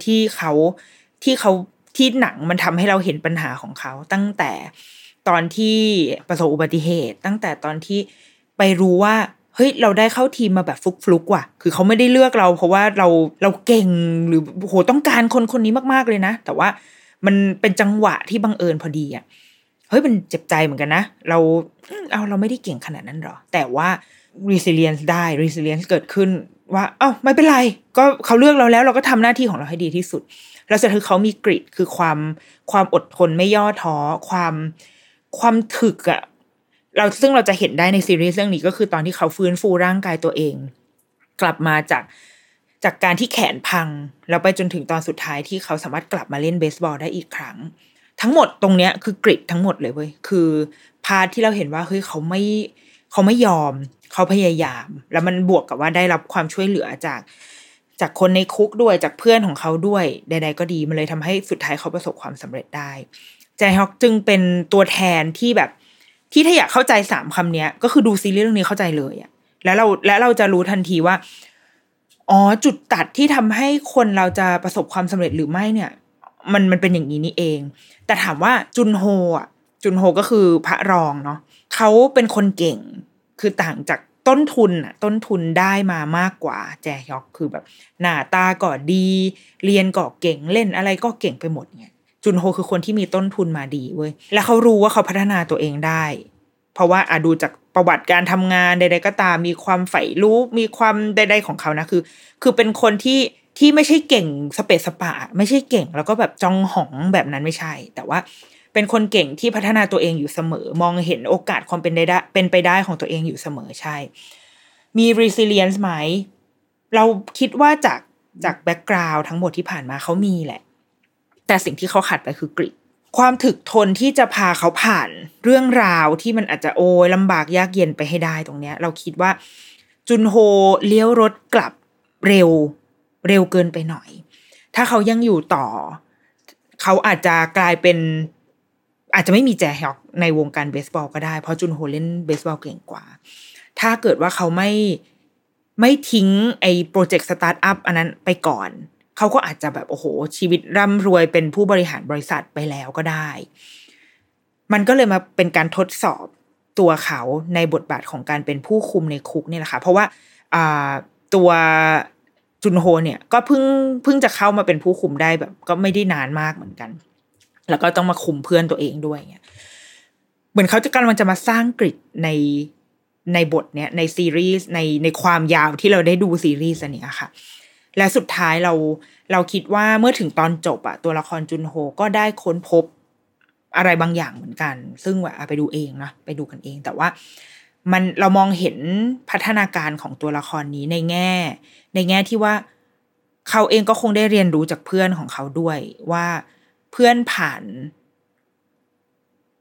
ที่หนังมันทำให้เราเห็นปัญหาของเขาตั้งแต่ตอนที่ประสบอุบัติเหตุตั้งแต่ตอนที่ไปรู้ว่าเฮ้ยเราได้เข้าทีมมาแบบฟลุกๆว่ะคือเขาไม่ได้เลือกเราเพราะว่าเราเก่งหรือโหต้องการคนนี้มากๆเลยนะแต่ว่ามันเป็นจังหวะที่บังเอิญพอดีอ่ะเฮ้ยมันเจ็บใจเหมือนกันนะเราไม่ได้เก่งขนาดนั้นหรอแต่ว่า resilience ได้ resilience เกิดขึ้นว่าไม่เป็นไรก็เขาเลือกเราแล้วเราก็ทำหน้าที่ของเราให้ดีที่สุดแล้วสุดท้ายเขามีกริดคือความอดทนไม่ย่อท้อความถึกอ่ะซึ่งเราจะเห็นได้ในซีรีส์เรื่องนี้ก็คือตอนที่เขาฟื้นฟูร่างกายตัวเองกลับมาจากการที่แขนพังแล้วไปจนถึงตอนสุดท้ายที่เขาสามารถกลับมาเล่นเบสบอลได้อีกครั้งทั้งหมดตรงเนี้ยคือกริดทั้งหมดเลยเว้ยคือพาร์ทที่เราเห็นว่าเฮ้ยเขาไม่ยอมเขาพยายามแล้วมันบวกกับว่าได้รับความช่วยเหลือจากคนในคุกด้วยจากเพื่อนของเขาด้วยใดๆก็ดีมันเลยทำให้สุดท้ายเขาประสบความสำเร็จได้แจฮยอกจึงเป็นตัวแทนที่แบบที่ถ้าอยากเข้าใจ3คำนี้ก็คือดูซีรีส์เรื่องนี้เข้าใจเลยอ่ะแล้วเราจะรู้ทันทีว่าจุดตัดที่ทำให้คนเราจะประสบความสำเร็จหรือไม่เนี่ยมันเป็นอย่างนี้นี่เองแต่ถามว่าจุนโฮก็คือพระรองเนาะเขาเป็นคนเก่งคือต่างจากต้นทุนได้มามากกว่าแจฮยอกคือแบบหน้าตาก็ดีเรียนก็เก่งเล่นอะไรก็เก่งไปหมดเนี่ยจุนโฮคือคนที่มีต้นทุนมาดีเว้ยและเขารู้ว่าเขาพัฒนาตัวเองได้เพราะว่าดูจากประวัติการทำงานใดๆก็ตามมีความใฝ่รู้มีความใดๆของเขานะคือเป็นคนที่ไม่ใช่เก่งสเปซสปะไม่ใช่เก่งแล้วก็แบบจองหองแบบนั้นไม่ใช่แต่ว่าเป็นคนเก่งที่พัฒนาตัวเองอยู่เสมอมองเห็นโอกาสความเป็นไปได้ของตัวเองอยู่เสมอใช่มี resilience ไหมเราคิดว่าจากแบ็คกราวด์ทั้งหมดที่ผ่านมาเขามีแหละแต่สิ่งที่เขาขาดไปคือกริดความถึกทนที่จะพาเขาผ่านเรื่องราวที่มันอาจจะลำบากยากเย็นไปให้ได้ตรงเนี้ยเราคิดว่าจุนโฮเลี้ยวรถกลับเร็วเกินไปหน่อยถ้าเขายังอยู่ต่อเขาอาจจะกลายเป็นอาจจะไม่มีแจฮยอกในวงการเบสบอลก็ได้เพราะจุนโฮเล่นเบสบอลเก่งกว่าถ้าเกิดว่าเขาไม่ทิ้งไอ้โปรเจกต์สตาร์ทอัพอันนั้นไปก่อนเขาก็อาจจะแบบโอ้โหชีวิตร่ำรวยเป็นผู้บริหารบริษัทไปแล้วก็ได้มันก็เลยมาเป็นการทดสอบตัวเขาในบทบาทของการเป็นผู้คุมในคุกนี่แหละค่ะเพราะว่าตัวจุนโฮเนี่ยก็เพิ่งจะเข้ามาเป็นผู้คุมได้แบบก็ไม่ได้นานมากเหมือนกันแล้วก็ต้องมาคุมเพื่อนตัวเองด้วยเงี้ยเหมือนเขาจะกำลังจะมาสร้างกริดในบทเนี้ยในซีรีส์ในความยาวที่เราได้ดูซีรีส์อันนี้ค่ะและสุดท้ายเราคิดว่าเมื่อถึงตอนจบอะตัวละครจุนโฮก็ได้ค้นพบอะไรบางอย่างเหมือนกันซึ่งว่าไปดูเองนะไปดูกันเองแต่ว่าเรามองเห็นพัฒนาการของตัวละครนี้ในแง่ที่ว่าเขาเองก็คงได้เรียนรู้จากเพื่อนของเขาด้วยว่าเพื่อนผ่าน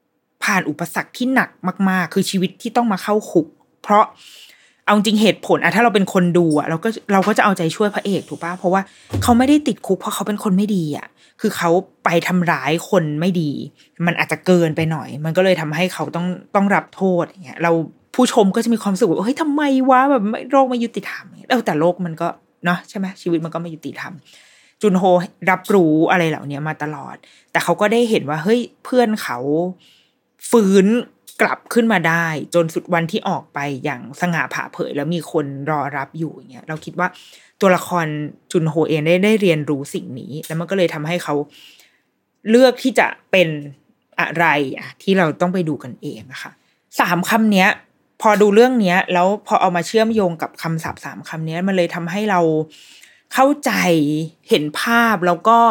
ผ่านอุปสรรคที่หนักมากๆคือชีวิตที่ต้องมาเข้าคุกเพราะเอาจริงเหตุผลถ้าเราเป็นคนดูเราก็จะเอาใจช่วยพระเอกถูกป่ะเพราะว่าเขาไม่ได้ติดคุกเพราะเขาเป็นคนไม่ดีคือเขาไปทำร้ายคนไม่ดีมันอาจจะเกินไปหน่อยมันก็เลยทำให้เขาต้องรับโทษอย่างเงี้ยเราผู้ชมก็จะมีความรู้สึกว่าเฮ้ยทำไมวะแบบโลกไม่ยุติธรรมแต่โลกมันก็เนาะใช่ไหมชีวิตมันก็ไม่ยุติธรรมจุนโฮรับรู้อะไรเหล่านี้มาตลอดแต่เขาก็ได้เห็นว่าเฮ้ยเพื่อนเขาฟื้นกลับขึ้นมาได้จนสุดวันที่ออกไปอย่างสง่าผ่าเผยแล้วมีคนรอรับอยู่อย่างเงี้ยเราคิดว่าตัวละครจุนโฮเองได้เรียนรู้สิ่งนี้แล้วมันก็เลยทำให้เขาเลือกที่จะเป็นอะไรที่เราต้องไปดูกันเองนะคะ3 คำเนี้ยพอดูเรื่องเนี้ยแล้วพอเอามาเชื่อมโยงกับคำศัพท์3 คำนี้มันเลยทำให้เราเข้าใจเห็นภาพแล้วก็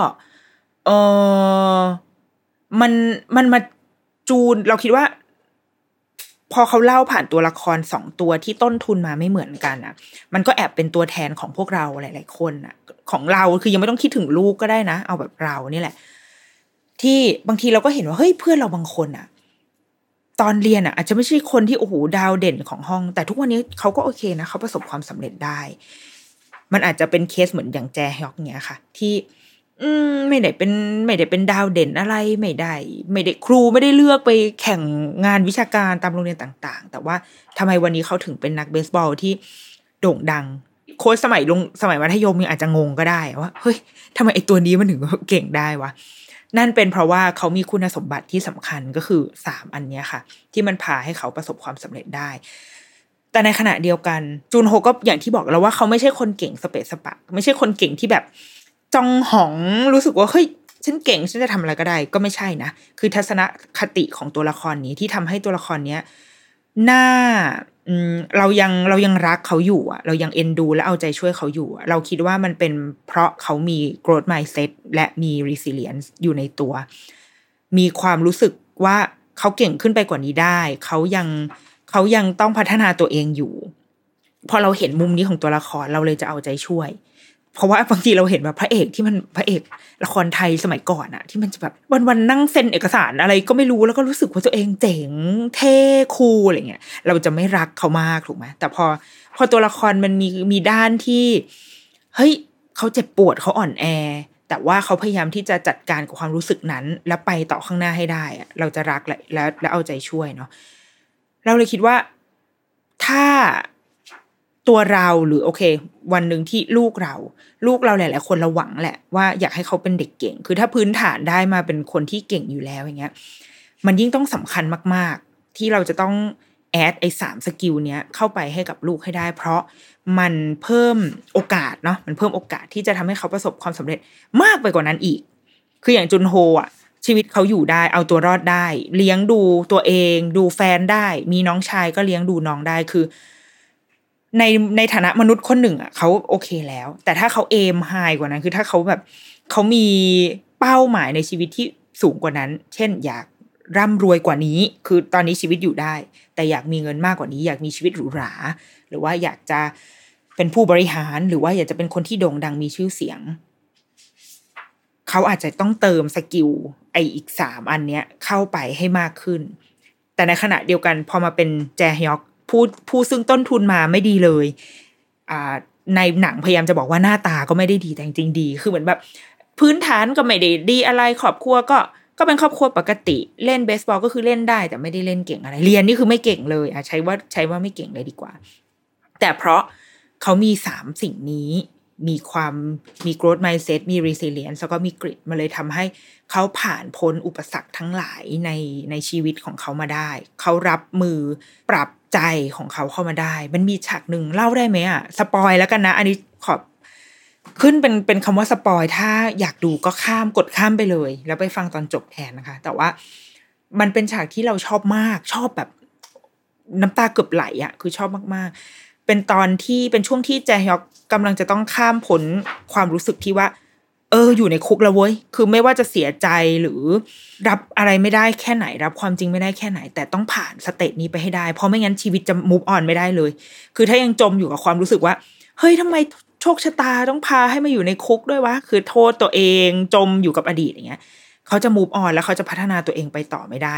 มันมาจูนเราคิดว่าพอเขาเล่าผ่านตัวละคร2 ตัวที่ต้นทุนมาไม่เหมือนกันมันก็แอบเป็นตัวแทนของพวกเราหลายๆคนของเราคือยังไม่ต้องคิดถึงลูกก็ได้นะเอาแบบเรานี่แหละที่บางทีเราก็เห็นว่าเฮ้ยเพื่อนเราบางคนตอนเรียนอาจจะไม่ใช่คนที่โอ้โหดาวเด่นของห้องแต่ทุกวันนี้เขาก็โอเคนะเขาประสบความสำเร็จได้มันอาจจะเป็นเคสเหมือนอย่างแจฮยอกเงี้ยค่ะที่ไม่ได้เป็นดาวเด่นอะไรไม่ได้ครูไม่ได้เลือกไปแข่งงานวิชาการตามโรงเรียนต่างๆแต่ว่าทำไมวันนี้เขาถึงเป็นนักเบสบอลที่โด่งดังโค้ชสมัยมัธยมยังอาจจะงงก็ได้ว่าเฮ้ยทำไมไอ้ตัวนี้มันถึงเก่งได้วะนั่นเป็นเพราะว่าเขามีคุณสมบัติที่สำคัญก็คือ3 อันนี้ค่ะที่มันพาให้เขาประสบความสำเร็จได้แต่ในขณะเดียวกันจุนโฮก็อย่างที่บอกแล้วว่าเขาไม่ใช่คนเก่งสเปซสปะไม่ใช่คนเก่งที่แบบจองหองรู้สึกว่าเฮ้ยฉันเก่งฉันจะทำอะไรก็ได้ก็ไม่ใช่นะคือทัศนคติของตัวละครนี้ที่ทำให้ตัวละครเนี้ยน่าเรายังรักเขาอยู่เรายังเอ็นดูและเอาใจช่วยเขาอยู่เราคิดว่ามันเป็นเพราะเขามี growth mindset และมี resilience อยู่ในตัวมีความรู้สึกว่าเขาเก่งขึ้นไปกว่านี้ได้เขายังต้องพัฒนาตัวเองอยู่พอเราเห็นมุมนี้ของตัวละครเราเลยจะเอาใจช่วยเพราะว่าบางทีเราเห็นแบบพระเอกที่มันพระเอกละครไทยสมัยก่อนที่มันจะแบบวันๆนั่งเซ็นเอกสารอะไรก็ไม่รู้แล้วก็รู้สึกว่าตัวเองเจ๋งเท่คูลอะไรเงี้ยเราจะไม่รักเขามากถูกไหมแต่พอตัวละครมันมีด้านที่เฮ้ยเขาเจ็บปวดเขาอ่อนแอแต่ว่าเขาพยายามที่จะจัดการกับความรู้สึกนั้นแล้วไปต่อข้างหน้าให้ได้เราจะรักและเอาใจช่วยเนาะเราเลยคิดว่าถ้าตัวเราหรือโอเควันหนึ่งที่ลูกเราหลายๆคนเราหวังแหละว่าอยากให้เขาเป็นเด็กเก่งคือถ้าพื้นฐานได้มาเป็นคนที่เก่งอยู่แล้วอย่างเงี้ยมันยิ่งต้องสำคัญมากๆที่เราจะต้องแอดไอ้3 สกิลเนี้ยเข้าไปให้กับลูกให้ได้เพราะมันเพิ่มโอกาสเนาะมันเพิ่มโอกาสที่จะทำให้เขาประสบความสำเร็จมากไปกว่านั้นอีกคืออย่างจุนโฮชีวิตเขาอยู่ได้เอาตัวรอดได้เลี้ยงดูตัวเองดูแฟนได้มีน้องชายก็เลี้ยงดูน้องได้คือในฐานะมนุษย์คนหนึ่งเขาโอเคแล้วแต่ถ้าเขาเอมไฮกว่านั้นคือถ้าเขาแบบเขามีเป้าหมายในชีวิตที่สูงกว่านั้นเช่นอยากร่ำรวยกว่านี้คือตอนนี้ชีวิตอยู่ได้แต่อยากมีเงินมากกว่านี้อยากมีชีวิตหรูหราหรือว่าอยากจะเป็นผู้บริหารหรือว่าอยากจะเป็นคนที่โด่งดังมีชื่อเสียงเขาอาจจะต้องเติมสกิลอีก3 อันเนี้ยเข้าไปให้มากขึ้นแต่ในขณะเดียวกันพอมาเป็นแจฮยอกผู้ซึ่งต้นทุนมาไม่ดีเลยในหนังพยายามจะบอกว่าหน้าตาก็ไม่ได้ดีแต่จริงๆดีคือเหมือนแบบพื้นฐานก็ไม่ได้ดีอะไรครอบครัวก็เป็นครอบครัวปกติเล่นเบสบอลก็คือเล่นได้แต่ไม่ได้เล่นเก่งอะไรเรียนนี่คือไม่เก่งเลยใช้ว่าไม่เก่งเลยดีกว่าแต่เพราะเขามี3 สิ่งนี้มี growth mindset มี resilience แล้วก็มี grit มาเลยทำให้เขาผ่านพ้นอุปสรรคทั้งหลายในชีวิตของเขามาได้เขารับมือปรับใจของเขาเข้ามาได้มันมีฉากหนึ่งเล่าได้ไหมสปอยแล้วกันนะอันนี้ขอขึ้นเป็นคำว่าสปอยถ้าอยากดูก็กดข้ามไปเลยแล้วไปฟังตอนจบแทนนะคะแต่ว่ามันเป็นฉากที่เราชอบมากชอบแบบน้ำตาเกือบไหลคือชอบมากๆเป็นตอนที่เป็นช่วงที่แจฮยอกกำลังจะต้องข้ามพ้นความรู้สึกที่ว่าอยู่ในคุกแล้วเว้ยคือไม่ว่าจะเสียใจหรือรับอะไรไม่ได้แค่ไหนรับความจริงไม่ได้แค่ไหนแต่ต้องผ่านสเตจนี้ไปให้ได้เพราะไม่งั้นชีวิตจะ move on ไม่ได้เลยคือถ้ายังจมอยู่กับความรู้สึกว่าเฮ้ยทำไมโชคชะตาต้องพาให้มาอยู่ในคุกด้วยวะคือโทษตัวเองจมอยู่กับอดีตอย่างเงี้ยเขาจะ move on แล้วเขาจะพัฒนาตัวเองไปต่อไม่ได้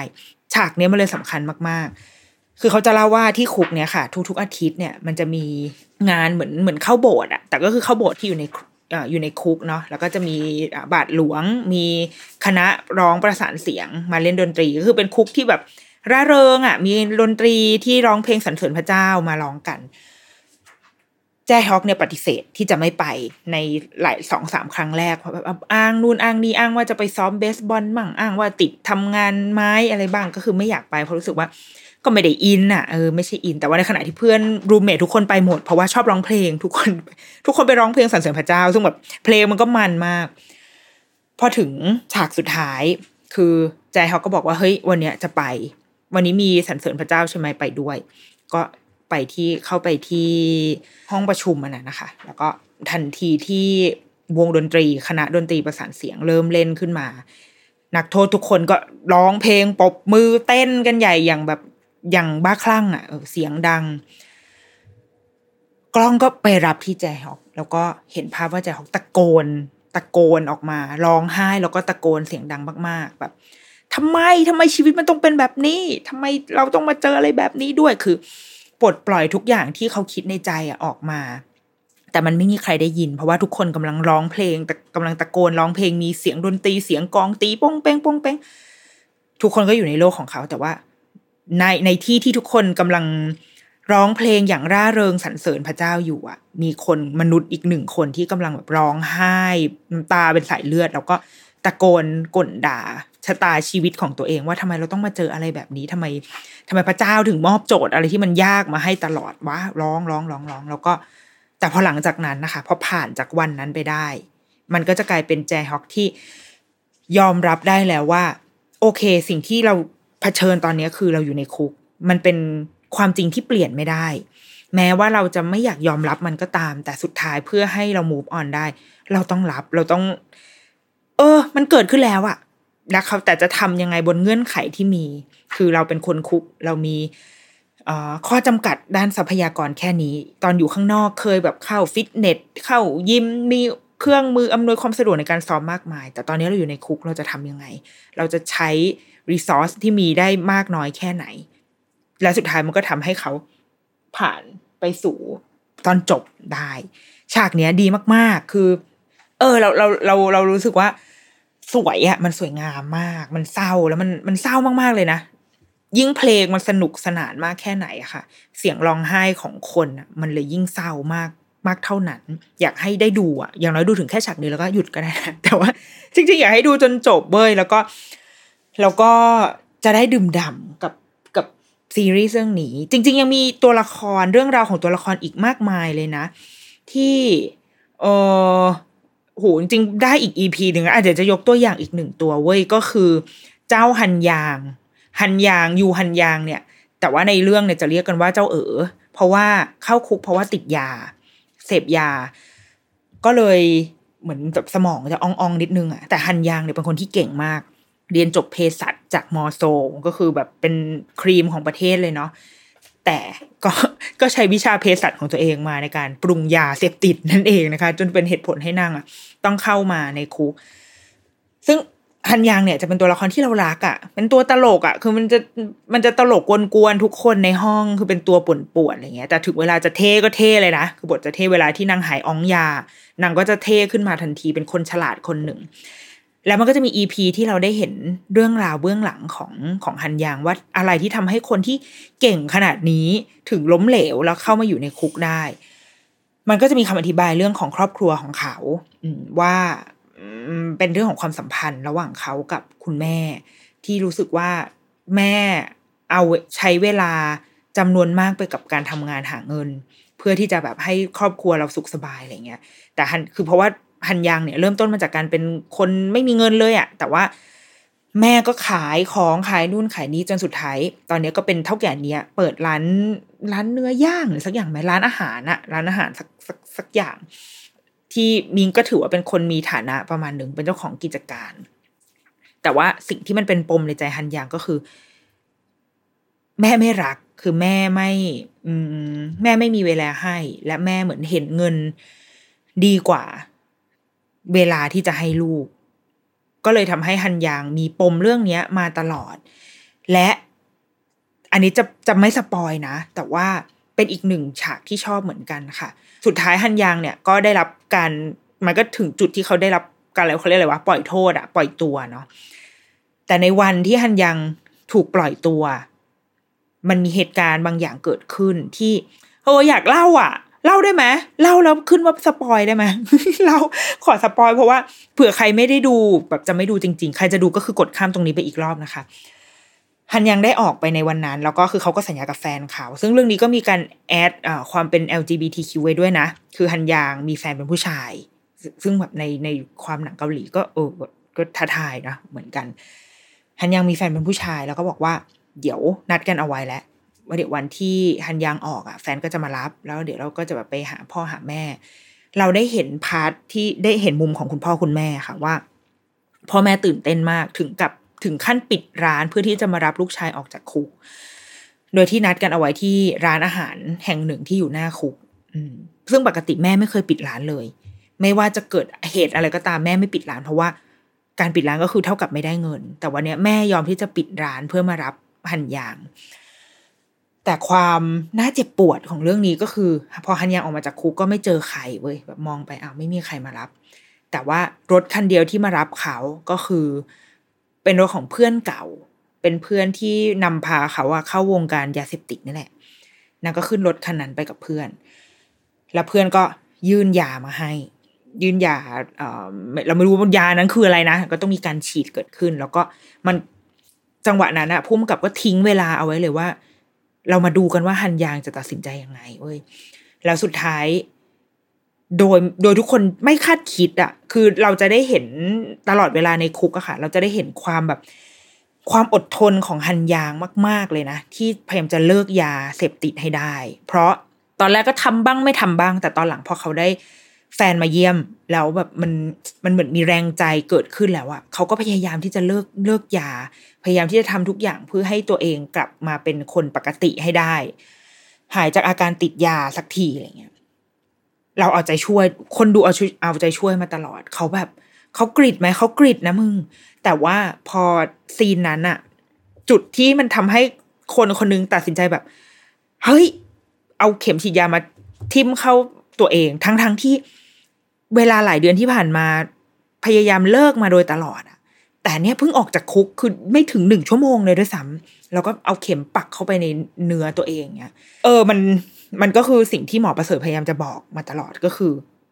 ฉากนี้มันเลยสำคัญมากๆคือเขาจะเล่าว่าที่คุกเนี่ยค่ะทุกๆอาทิตย์เนี่ยมันจะมีงานเหมือนเข้าโบสถ์แต่ก็คือเข้าโบสถ์ที่อยู่ในคุกเนาะแล้วก็จะมีบาทหลวงมีคณะร้องประสานเสียงมาเล่นดนตรีก็คือเป็นคุกที่แบบร่าเริงมีดนตรีที่ร้องเพลงสรรเสริญพระเจ้ามาร้องกันแจฮอกเนี่ยปฏิเสธที่จะไม่ไปในหลาย 2-3 ครั้งแรกเพราะแบบอ้างนู่นอ้างนี่อ้างว่าจะไปซ้อมเบสบอลบ้างอ้างว่าติดทำงานไม้อะไรบ้างก็คือไม่อยากไปเพราะรู้สึกว่าก็ไม่ได้อินไม่ใช่อินแต่ว่าในขณะที่เพื่อนรูมเมททุกคนไปหมดเพราะว่าชอบร้องเพลงทุกคนไปร้องเพลงสรรเสริญพระเจ้าซึ่งแบบเพลงมันก็มันมากพอถึงฉากสุดท้ายคือแจฮอกก็บอกว่าเฮ้ยวันเนี้ยจะไปวันนี้มีสรรเสริญพระเจ้าใช่ไหมไปด้วยก็เข้าไปที่ห้องประชุมนะคะแล้วก็ทันทีที่วงดนตรีคณะดนตรีประสานเสียงเริ่มเล่นขึ้นมานักโทษทุกคนก็ร้องเพลงปรบมือเต้นกันใหญ่อย่างบ้าคลั่งเสียงดังกล้องก็ไปรับที่แจฮอกแล้วก็เห็นภาพว่าแจฮอกตะโกนออกมาร้องไห้แล้วก็ตะโกนเสียงดังมากๆแบบทำไมชีวิตมันต้องเป็นแบบนี้ทำไมเราต้องมาเจออะไรแบบนี้ด้วยคือปลดปล่อยทุกอย่างที่เขาคิดในใจออกมาแต่มันไม่มีใครได้ยินเพราะว่าทุกคนกำลังร้องเพลงกำลังตะโกนร้องเพลงมีเสียงดนตรีเสียงกลองตีป้องเป้งป้องเป้งทุกคนก็อยู่ในโลกของเขาแต่ว่าในที่ทุกคนกำลังร้องเพลงอย่างร่าเริงสรรเสริญพระเจ้าอยู่มีคนมนุษย์อีกหนึ่งคนที่กำลังแบบร้องไห้น้ำตาเป็นสายเลือดแล้วก็ตะโกนก่นด่าชะตาชีวิตของตัวเองว่าทำไมเราต้องมาเจออะไรแบบนี้ทำไมพระเจ้าถึงมอบโจทย์อะไรที่มันยากมาให้ตลอดวะร้องแล้วก็แต่พอหลังจากนั้นนะคะพอผ่านจากวันนั้นไปได้มันก็จะกลายเป็นแจฮอกที่ยอมรับได้แล้วว่าโอเคสิ่งที่เราเผชิญตอนนี้คือเราอยู่ในคุกมันเป็นความจริงที่เปลี่ยนไม่ได้แม้ว่าเราจะไม่อยากยอมรับมันก็ตามแต่สุดท้ายเพื่อให้เรา move on ได้เราต้องรับเราต้องมันเกิดขึ้นแล้วนะครับแต่จะทำยังไงบนเงื่อนไขที่มีคือเราเป็นคนคุกเรามีข้อจำกัดด้านทรัพยากรแค่นี้ตอนอยู่ข้างนอกเคยแบบเข้าฟิตเนสเข้ายิมมีเครื่องมืออำนวยความสะดวกในการซ้อมมากมายแต่ตอนนี้เราอยู่ในคุกเราจะทำยังไงเราจะใช้ resource ที่มีได้มากน้อยแค่ไหนและสุดท้ายมันก็ทำให้เขาผ่านไปสู่ตอนจบได้ฉากเนี้ยดีมากๆคือเรารู้สึกว่าสวยมันสวยงามมากมันเศร้าแล้วมันเศร้ามากๆเลยนะยิ่งเพลงมันสนุกสนานมากแค่ไหนค่ะเสียงร้องไห้ของคนมันเลยยิ่งเศร้ามากเท่านั้นอยากให้ได้ดูอย่างน้อยดูถึงแค่ฉากนี้แล้วก็หยุดก็ได้นะแต่ว่าจริงๆอยากให้ดูจนจบเว้ยแล้วก็จะได้ดื่มด่ำกับซีรีส์เรื่องนี้จริงๆยังมีตัวละครเรื่องราวของตัวละครอีกมากมายเลยนะที่โหจริงๆได้อีก EP นึงอาจจะยกตัวอย่างอีก1ตัวเว้ยก็คือเจ้าฮันยางยูฮันยางเนี่ยแต่ว่าในเรื่องเนี่ยจะเรียกกันว่าเจ้าเพราะว่าเข้าคุกเพราะว่าติดยาเสพยาก็เลยเหมือนแบบสมองจะอ่องๆนิดนึงแต่ฮันยางเนี่ยเป็นคนที่เก่งมากเรียนจบเภสัชจากมอโซก็คือแบบเป็นครีมของประเทศเลยเนาะแต่ก็ใช้วิชาเภสัชของตัวเองมาในการปรุงยาเสพติดนั่นเองนะคะจนเป็นเหตุผลให้นางต้องเข้ามาในคุกซึ่งฮันยางเนี่ยจะเป็นตัวละครที่เรารักเป็นตัวตลกคือมันจะตลกกวนๆทุกคนในห้องคือเป็นตัวป่วนๆอะไรเงี้ยแต่ถึงเวลาจะเท่ก็เท่เลยนะคือบทจะเท่เวลาที่นางหายอ้องยานางก็จะเท่ขึ้นมาทันทีเป็นคนฉลาดคนหนึ่งแล้วมันก็จะมี EP ที่เราได้เห็นเรื่องราวเบื้องหลังของฮันยางว่าอะไรที่ทำให้คนที่เก่งขนาดนี้ถึงล้มเหลวแล้วเข้ามาอยู่ในคุกได้มันก็จะมีคำอธิบายเรื่องของครอบครัวของเขาว่าเป็นเรื่องของความสัมพันธ์ระหว่างเขากับคุณแม่ที่รู้สึกว่าแม่เอาใช้เวลาจำนวนมากไปกับการทำงานหาเงินเพื่อที่จะแบบให้ครอบครัวเราสุขสบายอะไรเงี้ยแต่คือเพราะว่าฮันยางเนี่ยเริ่มต้นมาจากการเป็นคนไม่มีเงินเลยแต่ว่าแม่ก็ขายของขายนู่นขายนี้จนสุดท้ายตอนนี้ก็เป็นเท่าแก่เนี้ยเปิดร้านเนื้อย่างหรือสักอย่างไหมร้านอาหารสักอย่างที่มิงก็ถือว่าเป็นคนมีฐานะประมาณหนึ่งเป็นเจ้าของกิจการแต่ว่าสิ่งที่มันเป็นปมในใจฮันยางก็คือแม่ไม่รักคือแม่ไม่มีเวลาให้และแม่เหมือนเห็นเงินดีกว่าเวลาที่จะให้ลูกก็เลยทำให้ฮันยางมีปมเรื่องนี้มาตลอดและอันนี้จะไม่สปอยนะแต่ว่าเป็นอีกหนึ่งฉากที่ชอบเหมือนกันค่ะสุดท้ายฮันยังเนี่ยก็ได้รับการมันก็ถึงจุดที่เขาได้รับการอะไรเขาเรียกอะไรวะปล่อยโทษปล่อยตัวเนาะแต่ในวันที่ฮันยังถูกปล่อยตัวมันมีเหตุการณ์บางอย่างเกิดขึ้นที่อยากเล่าเล่าได้ไหมเล่าแล้วขึ้นว่าสปอยได้ไหม เราขอสปอยเพราะว่าเผื่อใครไม่ได้ดูแบบจะไม่ดูจริงๆใครจะดูก็คือกดข้ามตรงนี้ไปอีกรอบนะคะฮันยังได้ออกไปในวันนั้นแล้วก็คือเขาก็สัญญากับแฟนเขาซึ่งเรื่องนี้ก็มีการแอดความเป็น LGBTQ ไว้ด้วยนะคือฮันยังมีแฟนเป็นผู้ชายซึ่งแบบในความหนังเกาหลีก็ท้าทายนะเหมือนกันฮันยังมีแฟนเป็นผู้ชายแล้วก็บอกว่าเดี๋ยวนัดกันเอาไว้แล้วว่าเดี๋ยววันที่ฮันยังออกแฟนก็จะมารับแล้วเดี๋ยวเราก็จะแบบไปหาพ่อหาแม่เราได้เห็นพาร์ทที่ได้เห็นมุมของคุณพ่อคุณแม่ค่ะว่าพ่อแม่ตื่นเต้นมากถึงขั้นปิดร้านเพื่อที่จะมารับลูกชายออกจากคุกโดยที่นัดกันเอาไว้ที่ร้านอาหารแห่งหนึ่งที่อยู่หน้าคุกซึ่งปกติแม่ไม่เคยปิดร้านเลยไม่ว่าจะเกิดเหตุอะไรก็ตามแม่ไม่ปิดร้านเพราะว่าการปิดร้านก็คือเท่ากับไม่ได้เงินแต่วันนี้แม่ยอมที่จะปิดร้านเพื่อมารับฮันยังแต่ความน่าเจ็บปวดของเรื่องนี้ก็คือพอฮันยังออกมาจากคุกก็ไม่เจอใครเว้ยแบบมองไปไม่มีใครมารับแต่ว่ารถคันเดียวที่มารับเขาก็คือเป็นรถของเพื่อนเก่าเป็นเพื่อนที่นำพาเขาเข้าวงการยาเสพติดนี่แหละนางก็ขึ้นรถคันนั้นไปกับเพื่อนแล้วเพื่อนก็ยื่นยามาให้ยื่นยาเราไม่รู้ว่ายานั้นคืออะไรนะก็ต้องมีการฉีดเกิดขึ้นแล้วก็มันจังหวะนั้นผู้กำกับก็ทิ้งเวลาเอาไว้เลยว่าเรามาดูกันว่าฮันยังจะตัดสินใจยังไงเว้ยแล้วสุดท้ายโดยทุกคนไม่คาดคิดคือเราจะได้เห็นตลอดเวลาในคุกค่ะเราจะได้เห็นความอดทนของฮันยังมากๆเลยนะที่พยายามจะเลิกยาเสพติดให้ได้เพราะตอนแรกก็ทำบ้างไม่ทำบ้างแต่ตอนหลังพอเขาได้แฟนมาเยี่ยมแล้วแบบมันเหมือนมีแรงใจเกิดขึ้นแล้วเขาก็พยายามที่จะเลิกยาพยายามที่จะทำทุกอย่างเพื่อให้ตัวเองกลับมาเป็นคนปกติให้ได้หายจากอาการติดยาสักทีอะไรเงี้ยเราเอาใจช่วยคนดูเอาใจช่วยมาตลอดเขาแบบเขากริดไหมเขากริดนะมึงแต่ว่าพอซีนนั้นจุดที่มันทำให้คนนึงตัดสินใจแบบเฮ้ยเอาเข็มฉีดยามาทิ่มเข้าตัวเองทั้งที่เวลาหลายเดือนที่ผ่านมาพยายามเลิกมาโดยตลอดแต่เนี้ยเพิ่งออกจากคุกคือไม่ถึง1 ชั่วโมงเลยด้วยซ้ำแล้วก็เอาเข็มปักเข้าไปในเนื้อตัวเองเงี้ยมันก็คือสิ่งที่หมอประเสริฐพยายามจะบอกมาตลอดก็คือ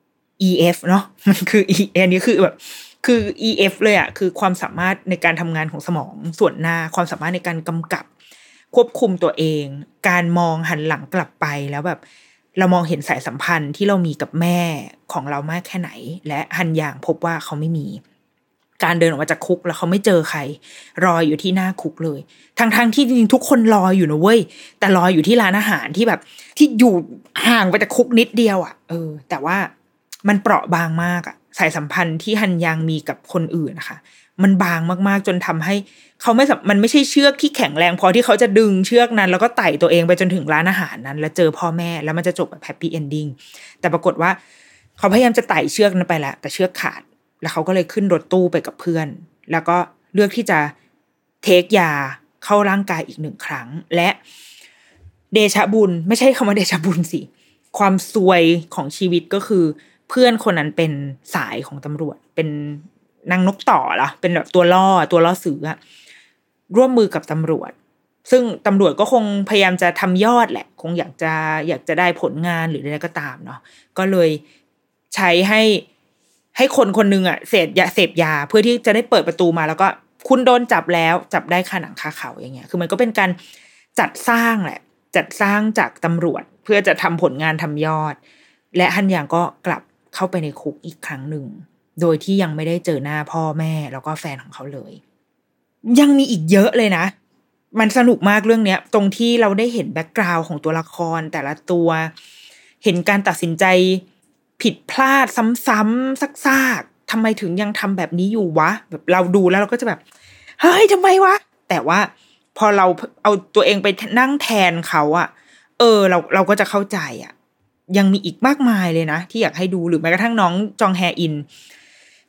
EF เนาะมันคือ อันนี้คือแบบคือ EF เลยคือความสามารถในการทำงานของสมองส่วนหน้าความสามารถในการกำกับควบคุมตัวเองการมองหันหลังกลับไปแล้วแบบเรามองเห็นสายสัมพันธ์ที่เรามีกับแม่ของเรามากแค่ไหนและฮันยังพบว่าเขาไม่มีการเดินออกมาจากคุกแล้วเขาไม่เจอใครรออยู่ที่หน้าคุกเลยทั้งที่จริงๆทุกคนรออยู่นะเว้ยแต่รออยู่ที่ร้านอาหารที่แบบที่อยู่ห่างไปจากคุกนิดเดียวแต่ว่ามันเปราะบางมากสายสัมพันธ์ที่ฮันยังมีกับคนอื่นนะคะมันบางมากๆจนทำให้เขามันไม่ใช่เชือกที่แข็งแรงพอที่เขาจะดึงเชือกนั้นแล้วก็ไต่ตัวเองไปจนถึงร้านอาหารนั้นแล้วเจอพ่อแม่แล้วมันจะจบแบบแฮปปี้เอนดิ้งแต่ปรากฏว่าเขาพยายามจะไต่เชือกนั้นไปแล้วแต่เชือกขาดแล้วเขาก็เลยขึ้นรถตู้ไปกับเพื่อนแล้วก็เลือกที่จะเทคยาเข้าร่างกายอีก1 ครั้งและเดชะบุญไม่ใช่คำว่าเดชะบุญสิความซวยของชีวิตก็คือเพื่อนคนนั้นเป็นสายของตำรวจเป็นนางนกต่อเหรอเป็นแบบตัวล่อซื้อร่วมมือกับตำรวจซึ่งตำรวจก็คงพยายามจะทำยอดแหละคงอยากจะได้ผลงานหรืออะไรก็ตามเนาะก็เลยใช้ให้คนนึงเสพยาเพื่อที่จะได้เปิดประตูมาแล้วก็คุณโดนจับแล้วจับได้คาหนังคาเขาอย่างเงี้ยคือมันก็เป็นการจัดสร้างแหละจัดสร้างจากตำรวจเพื่อจะทำผลงานทำยอดและฮันยังก็กลับเข้าไปในคุกอีกครั้งหนึ่งโดยที่ยังไม่ได้เจอหน้าพ่อแม่แล้วก็แฟนของเขาเลยยังมีอีกเยอะเลยนะมันสนุกมากเรื่องเนี้ยตรงที่เราได้เห็นแบ็คกราวด์ของตัวละครแต่ละตัวเห็นการตัดสินใจผิดพลาดซ้ำๆซากๆทำไมถึงยังทำแบบนี้อยู่วะแบบเราดูแล้วเราก็จะแบบเฮ้ยทำไมวะแต่ว่าพอเราเอาตัวเองไปนั่งแทนเขาเราก็จะเข้าใจยังมีอีกมากมายเลยนะที่อยากให้ดูหรือแม้กระทั่งน้องจองแฮอิน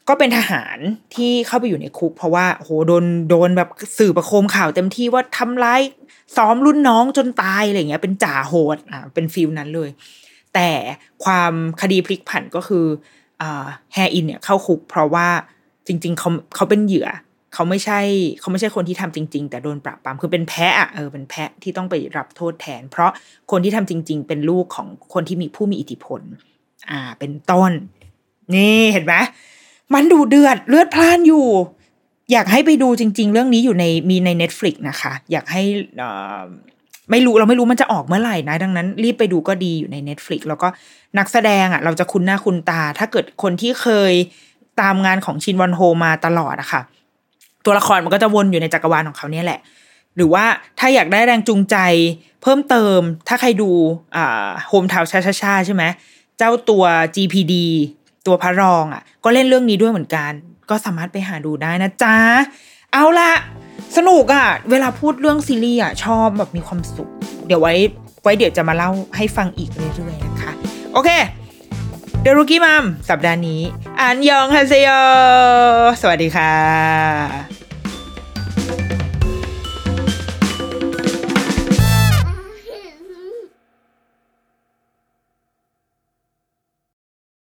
ก็เป็นทหารที่เข้าไปอยู่ในคุกเพราะว่าโหโดนแบบสื่อประโคมข่าวเต็มที่ว่าทำร้ายซ้อมรุ่นน้องจนตายอะไรเงี้ยเป็นจ่าโหดเป็นฟีลนั้นเลยแต่ความคดีพลิกผันก็คือแฮอินเนี่ยเข้าคุกเพราะว่าจริงๆเขาเป็นเหยื่อเขาไม่ใช่คนที่ทำจริงๆแต่โดนปราบปรามคือเป็นแพะเป็นแพะที่ต้องไปรับโทษแทนเพราะคนที่ทำจริงๆเป็นลูกของคนที่มีผู้มีอิทธิพลเป็นต้นนี่เห็นไหมมันดูเดือดเลือดพล่านอยู่อยากให้ไปดูจริงๆเรื่องนี้มีใน Netflix นะคะอยากให้เราไม่รู้มันจะออกเมื่อไหร่นะดังนั้นรีบไปดูก็ดีอยู่ใน Netflix แล้วก็นักแสดงเราจะคุ้นหน้าคุ้นตาถ้าเกิดคนที่เคยตามงานของชินวอนโฮมาตลอดอะค่ะตัวละครมันก็จะวนอยู่ในจักรวาลของเขาเนี่ยแหละหรือว่าถ้าอยากได้แรงจูงใจเพิ่มเติมถ้าใครดูโฮมทาวน์ชาใช่ไหมเจ้าตัว GPD ตัวพระรองก็เล่นเรื่องนี้ด้วยเหมือนกันก็สามารถไปหาดูได้นะจ๊ะเอาล่ะสนุกเวลาพูดเรื่องซีรีส์ชอบแบบมีความสุขเดี๋ยวไว้เดี๋ยวจะมาเล่าให้ฟังอีกเรื่อยๆนะคะโอเคThe Rookie Mom สัปดาห์นี้อันยองฮาเซโยสวัสดีค่ะ